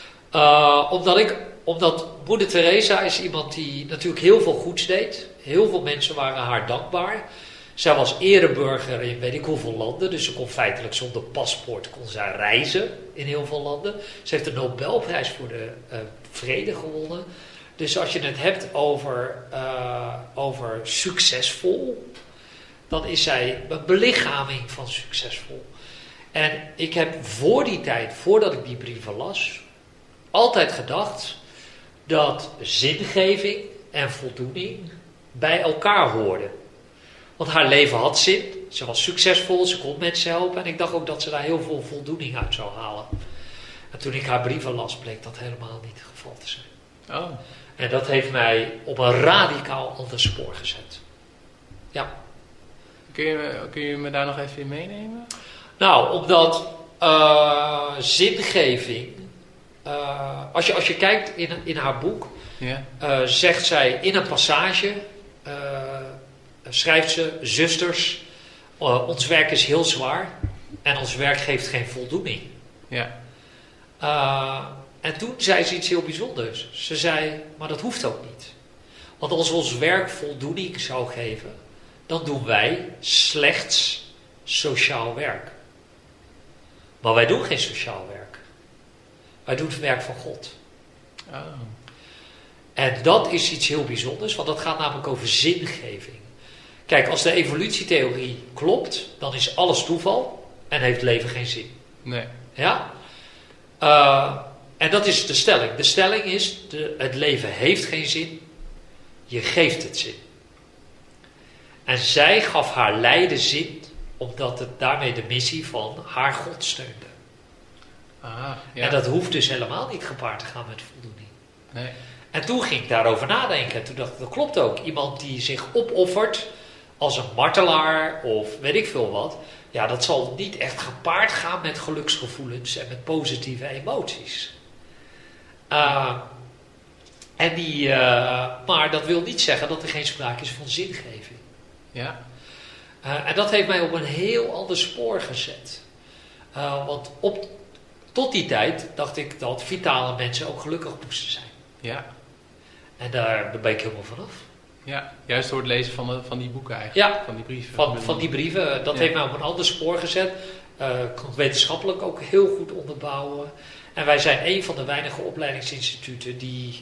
Speaker 2: Omdat moeder Teresa is iemand die natuurlijk heel veel goeds deed. Heel veel mensen waren haar dankbaar. Zij was ereburger in weet ik hoeveel landen. Dus ze kon feitelijk zonder paspoort kon zij reizen in heel veel landen. Ze heeft de Nobelprijs voor de vrede gewonnen. Dus als je het hebt over succesvol, dan is zij een belichaming van succesvol. En ik heb voor die tijd, voordat ik die brieven las, altijd gedacht dat zingeving en voldoening bij elkaar hoorden. Want haar leven had zin, ze was succesvol, ze kon mensen helpen en ik dacht ook dat ze daar heel veel voldoening uit zou halen. En toen ik haar brieven las, bleek dat helemaal niet het geval te zijn.
Speaker 1: Oh.
Speaker 2: En dat heeft mij op een radicaal ander spoor gezet. Ja.
Speaker 1: Kun je me daar nog even in meenemen?
Speaker 2: Nou, omdat zingeving... Als je kijkt in haar boek... zegt zij in een passage... schrijft ze... Zusters, ons werk is heel zwaar... en ons werk geeft geen voldoening.
Speaker 1: Ja.
Speaker 2: En toen zei ze iets heel bijzonders. Ze zei, maar dat hoeft ook niet. Want als ons werk voldoening zou geven, dan doen wij slechts sociaal werk. Maar wij doen geen sociaal werk. Wij doen het werk van God.
Speaker 1: Oh.
Speaker 2: En dat is iets heel bijzonders, want dat gaat namelijk over zingeving. Kijk, als de evolutietheorie klopt, dan is alles toeval en heeft leven geen zin.
Speaker 1: Nee.
Speaker 2: Ja? En dat is de stelling. De stelling is, het leven heeft geen zin, je geeft het zin. En zij gaf haar lijden zin, omdat het daarmee de missie van haar God steunde.
Speaker 1: Ja.
Speaker 2: En dat hoeft dus helemaal niet gepaard te gaan met voldoening.
Speaker 1: Nee.
Speaker 2: En toen ging ik daarover nadenken. Toen dacht ik, dat klopt ook. Iemand die zich opoffert als een martelaar of weet ik veel wat. Ja, dat zal niet echt gepaard gaan met geluksgevoelens en met positieve emoties. Maar dat wil niet zeggen dat er geen sprake is van zingeving.
Speaker 1: Ja.
Speaker 2: En dat heeft mij op een heel ander spoor gezet. Want tot die tijd dacht ik dat vitale mensen ook gelukkig moesten zijn.
Speaker 1: Ja.
Speaker 2: En daar ben ik helemaal vanaf.
Speaker 1: Ja, juist door het lezen van die boeken eigenlijk.
Speaker 2: Ja,
Speaker 1: van die brieven.
Speaker 2: Van die brieven. Dat heeft mij op een ander spoor gezet. Ik kon het wetenschappelijk ook heel goed onderbouwen. En wij zijn een van de weinige opleidingsinstituten die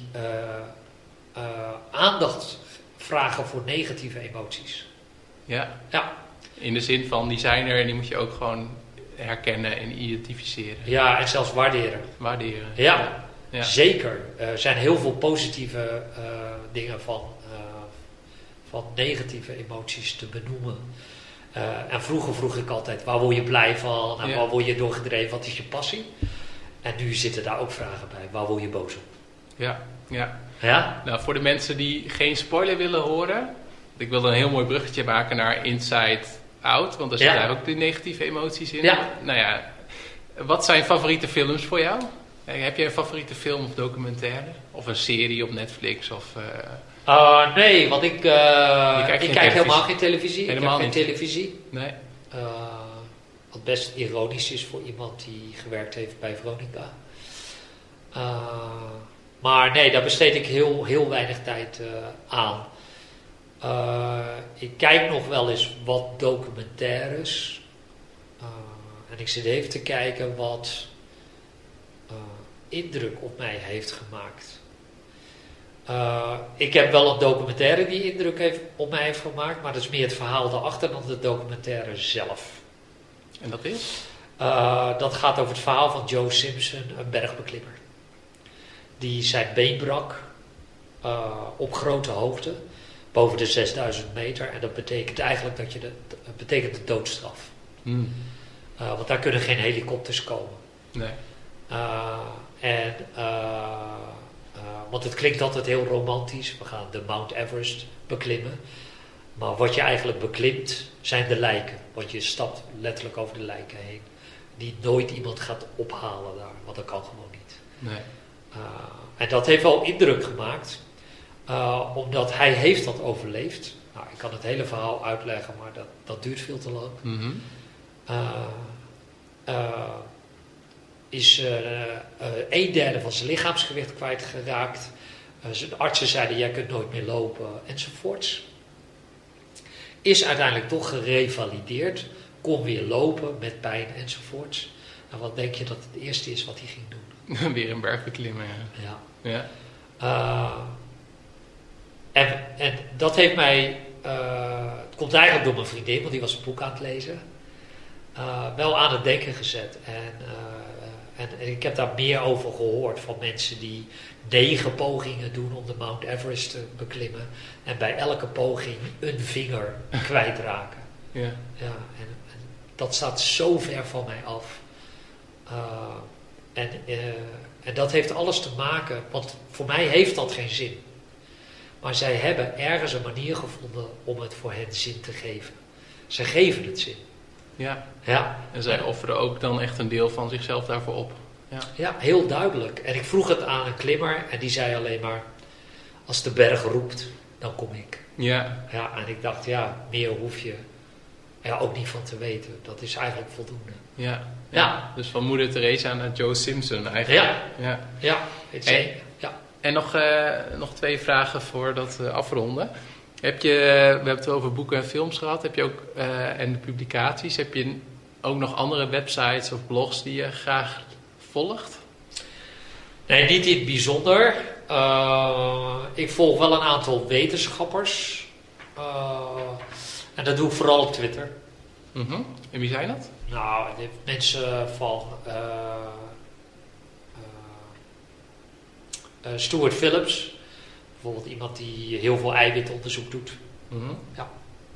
Speaker 2: aandacht vragen voor negatieve emoties.
Speaker 1: Ja.
Speaker 2: Ja.
Speaker 1: In de zin van, die zijn er en die moet je ook gewoon herkennen en identificeren.
Speaker 2: Ja, en zelfs waarderen.
Speaker 1: Waarderen.
Speaker 2: Ja.
Speaker 1: Ja.
Speaker 2: Zeker. Er zijn heel veel positieve dingen van negatieve emoties te benoemen. En vroeger vroeg ik altijd, waar word je blij van? En waar word je door gedreven? Wat is je passie? En nu zitten daar ook vragen bij. Waar word je boos op?
Speaker 1: Ja, ja.
Speaker 2: Ja?
Speaker 1: Nou, voor de mensen die geen spoiler willen horen, ik wilde een heel mooi bruggetje maken naar Inside Out, want daar zitten daar ook de negatieve emoties in.
Speaker 2: Ja.
Speaker 1: Nou ja, wat zijn favoriete films voor jou? Heb je een favoriete film of documentaire? Of een serie op Netflix? Of,
Speaker 2: nee, want ik kijk helemaal geen televisie.
Speaker 1: Helemaal
Speaker 2: ik heb geen
Speaker 1: niet.
Speaker 2: televisie.
Speaker 1: Nee.
Speaker 2: Wat best ironisch is voor iemand die gewerkt heeft bij Veronica. Maar nee, daar besteed ik heel weinig tijd aan. Ik kijk nog wel eens wat documentaires. En ik zit even te kijken wat indruk op mij heeft gemaakt. Ik heb wel een documentaire die indruk op mij heeft gemaakt, maar dat is meer het verhaal daarachter dan de documentaire zelf.
Speaker 1: En dat is?
Speaker 2: Dat gaat over het verhaal van Joe Simpson, een bergbeklimmer. Die zijn been brak op grote hoogte, boven de 6000 meter. En dat betekent eigenlijk dat betekent de doodstraf. Want daar kunnen geen helikopters komen.
Speaker 1: Nee.
Speaker 2: Want het klinkt altijd heel romantisch. We gaan de Mount Everest beklimmen. Maar wat je eigenlijk beklimt zijn de lijken. Want je stapt letterlijk over de lijken heen. Die nooit iemand gaat ophalen daar. Want dat kan gewoon niet.
Speaker 1: Nee.
Speaker 2: En dat heeft wel indruk gemaakt. Omdat hij heeft dat overleefd. Nou, ik kan het hele verhaal uitleggen, maar dat duurt veel te lang.
Speaker 1: Mm-hmm.
Speaker 2: Is 1/3 van zijn lichaamsgewicht kwijtgeraakt. Zijn artsen zeiden, jij kunt nooit meer lopen, enzovoorts. Is uiteindelijk toch gerevalideerd. Kon weer lopen met pijn, enzovoorts. En wat denk je dat het eerste is wat hij ging doen?
Speaker 1: Weer een berg beklimmen,
Speaker 2: Ja.
Speaker 1: Ja.
Speaker 2: En dat heeft mij... het komt eigenlijk door mijn vriendin, want die was een boek aan het lezen. Wel aan het denken gezet. En ik heb daar meer over gehoord van mensen die 9 pogingen doen om de Mount Everest te beklimmen. En bij elke poging een vinger kwijtraken.
Speaker 1: Ja.
Speaker 2: Ja, en dat staat zo ver van mij af. En dat heeft alles te maken, want voor mij heeft dat geen zin. Maar zij hebben ergens een manier gevonden om het voor hen zin te geven. Ze geven het zin.
Speaker 1: Ja.
Speaker 2: Ja.
Speaker 1: En zij offeren ook dan echt een deel van zichzelf daarvoor op. Ja.
Speaker 2: Ja, heel duidelijk. En ik vroeg het aan een klimmer en die zei alleen maar, als de berg roept, dan kom ik.
Speaker 1: Ja.
Speaker 2: Ja, en ik dacht, ja, meer hoef je ja, ook niet van te weten. Dat is eigenlijk voldoende.
Speaker 1: Ja. Dus van moeder Teresa naar Joe Simpson eigenlijk.
Speaker 2: Ja.
Speaker 1: En nog 2 vragen voordat we afronden. We hebben het over boeken en films gehad. Heb je ook, en de publicaties. Heb je ook nog andere websites of blogs die je graag volgt?
Speaker 2: Nee, niet in het bijzonder. Ik volg wel een aantal wetenschappers. En dat doe ik vooral op Twitter.
Speaker 1: Mm-hmm. En wie zijn dat?
Speaker 2: Nou, mensen van Stuart Phillips. Bijvoorbeeld iemand die heel veel eiwitonderzoek doet.
Speaker 1: Mm-hmm.
Speaker 2: Ja.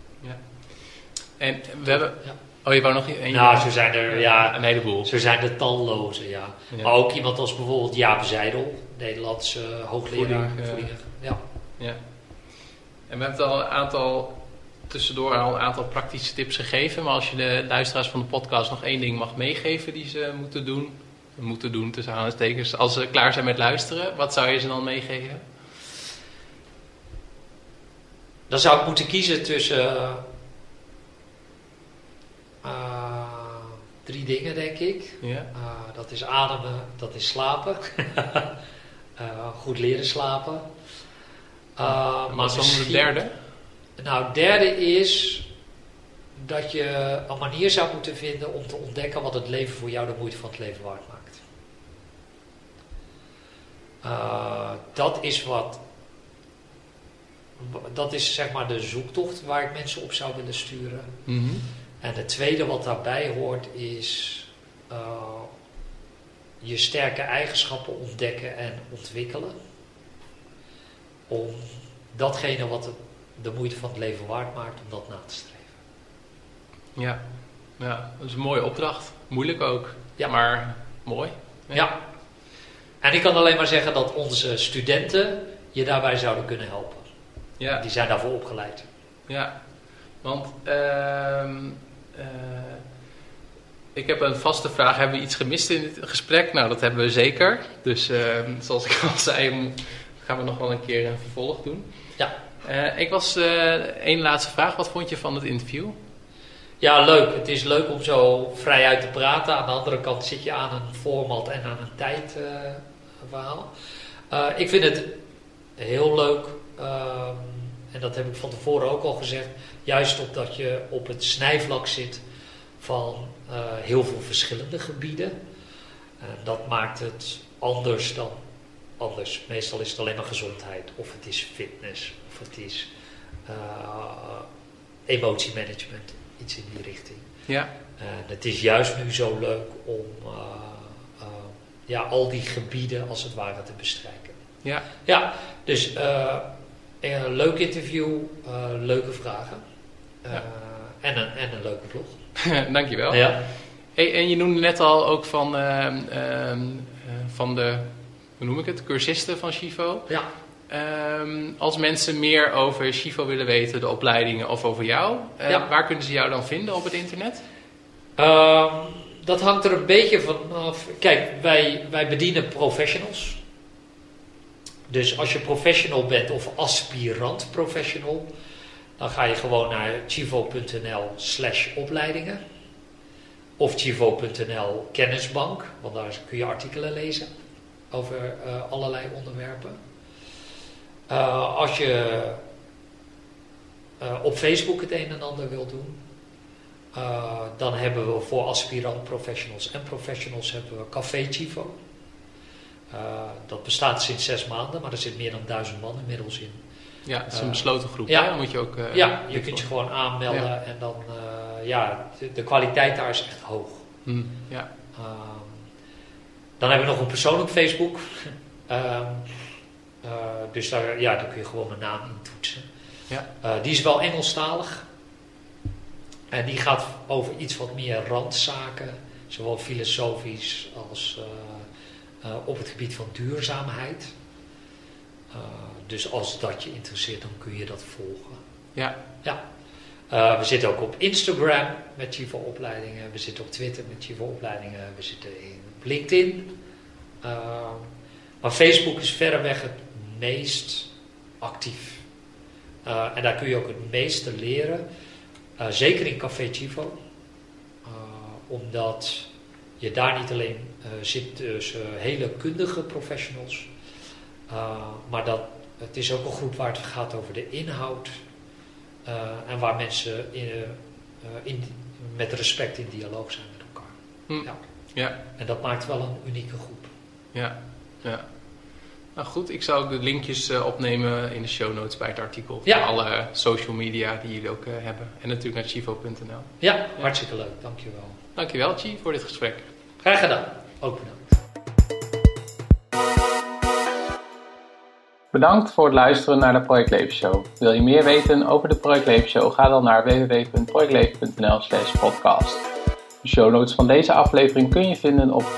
Speaker 1: En we hebben... Ja. Oh, je wou nog een?
Speaker 2: Nou, zo zijn er
Speaker 1: een heleboel.
Speaker 2: Zo zijn er talloze, ja. Maar ook iemand als bijvoorbeeld Jaap Zijdel, Nederlandse hoogleraar voeding. Ja.
Speaker 1: En we hebben al een aantal praktische tips gegeven. Maar als je de luisteraars van de podcast nog 1 ding mag meegeven die ze moeten doen tussen aanhalingstekens, als ze klaar zijn met luisteren, wat zou je ze dan meegeven?
Speaker 2: Dan zou ik moeten kiezen tussen 3 dingen, denk ik.
Speaker 1: Ja.
Speaker 2: Dat is ademen, dat is slapen. Goed leren slapen.
Speaker 1: Maar wat is dan de derde?
Speaker 2: Nou, het derde is dat je een manier zou moeten vinden om te ontdekken wat het leven voor jou de moeite van het leven waard maakt. Dat is zeg maar de zoektocht waar ik mensen op zou willen sturen.
Speaker 1: Mm-hmm.
Speaker 2: En het tweede wat daarbij hoort is je sterke eigenschappen ontdekken en ontwikkelen. Om datgene wat de moeite van het leven waard maakt, om dat na te streven.
Speaker 1: Ja, dat is een mooie opdracht. Moeilijk ook, maar mooi.
Speaker 2: Ja. En ik kan alleen maar zeggen dat onze studenten je daarbij zouden kunnen helpen. Ja. Die zijn daarvoor opgeleid.
Speaker 1: Ja, want ik heb een vaste vraag. Hebben we iets gemist in dit gesprek? Nou, dat hebben we zeker. Dus zoals ik al zei, gaan we nog wel een keer een vervolg doen.
Speaker 2: Ja.
Speaker 1: Ik was één laatste vraag. Wat vond je van het interview?
Speaker 2: Ja, leuk. Het is leuk om zo vrij uit te praten. Aan de andere kant zit je aan een format en aan een tijdverhaal. Ik vind het heel leuk. En dat heb ik van tevoren ook al gezegd. Juist omdat je op het snijvlak zit van heel veel verschillende gebieden. Dat maakt het anders dan anders. Meestal is het alleen maar gezondheid. Of het is fitness. Of het is emotiemanagement. Iets in die richting.
Speaker 1: Ja.
Speaker 2: Het is juist nu zo leuk om al die gebieden als het ware te bestrijken. Ja, dus een leuk interview, leuke vragen en een leuke vlog.
Speaker 1: Dankjewel.
Speaker 2: Ja.
Speaker 1: Hey, en je noemde net al ook van de, hoe noem ik het, cursisten van Chivo.
Speaker 2: Ja.
Speaker 1: Als mensen meer over Chivo willen weten, de opleidingen of over jou, waar kunnen ze jou dan vinden op het internet?
Speaker 2: Dat hangt er een beetje vanaf. Kijk, wij bedienen professionals. Dus als je professional bent of aspirant professional, dan ga je gewoon naar chivo.nl/opleidingen. Of chivo.nl kennisbank, want daar kun je artikelen lezen over allerlei onderwerpen. Als je op Facebook het een en ander wil doen, dan hebben we voor aspirant professionals en professionals hebben we Café Chivo. Dat bestaat sinds 6 maanden, maar er zit meer dan 1000 man inmiddels in. Ja,
Speaker 1: het is een besloten groep.
Speaker 2: Ja,
Speaker 1: hè? Dan moet je ook,
Speaker 2: je kunt je gewoon aanmelden en dan, de kwaliteit daar is echt hoog. Dan hebben we nog een persoonlijk Facebook. Dus daar kun je gewoon mijn naam in toetsen. Ja. Die is wel Engelstalig. En die gaat over iets wat meer randzaken, zowel filosofisch als op het gebied van duurzaamheid. Dus als dat je interesseert, dan kun je dat volgen.
Speaker 1: Ja.
Speaker 2: We zitten ook op Instagram met Chivo-opleidingen. We zitten op Twitter met Chivo-opleidingen. We zitten op LinkedIn. Maar Facebook is verreweg het meest actief. En daar kun je ook het meeste leren. Zeker in Café Chivo. Omdat je daar niet alleen zit dus hele kundige professionals. Maar het is ook een groep waar het gaat over de inhoud. En waar mensen met respect in dialoog zijn met elkaar. Ja.
Speaker 1: Ja.
Speaker 2: En dat maakt wel een unieke groep.
Speaker 1: Ja. Nou goed, ik zal ook de linkjes opnemen in de show notes bij het artikel. Voor alle social media die jullie ook hebben. En natuurlijk naar chivo.nl.
Speaker 2: Ja, hartstikke leuk. Dankjewel.
Speaker 1: Dankjewel, Chi, voor dit gesprek.
Speaker 2: Graag gedaan. Ook bedankt.
Speaker 1: Bedankt voor het luisteren naar de Project Leven Show. Wil je meer weten over de Project Leven Show? Ga dan naar www.projectleven.nl/podcast. De show notes van deze aflevering kun je vinden op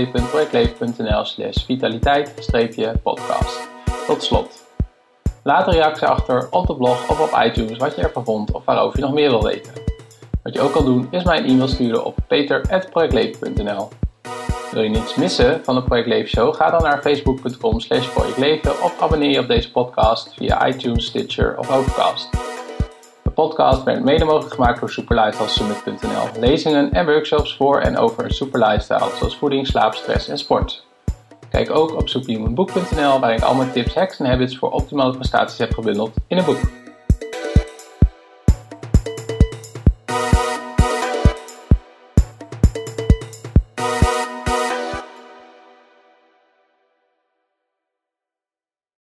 Speaker 1: www.projectleven.nl/vitaliteit-podcast. Tot slot. Laat een reactie achter op de blog of op iTunes wat je ervan vond of waarover je nog meer wil weten. Wat je ook kan doen is mij een e-mail sturen op peter@projectleven.nl. Wil je niets missen van de Project Leven Show? Ga dan naar facebook.com/projectleven of abonneer je op deze podcast via iTunes, Stitcher of Overcast. De podcast werd mede mogelijk gemaakt door superlifestylesummit.nl. Lezingen en workshops voor en over een super lifestyle, zoals voeding, slaap, stress en sport. Kijk ook op superhumanboek.nl, waar ik al mijn tips, hacks en habits voor optimale prestaties heb gebundeld in een boek.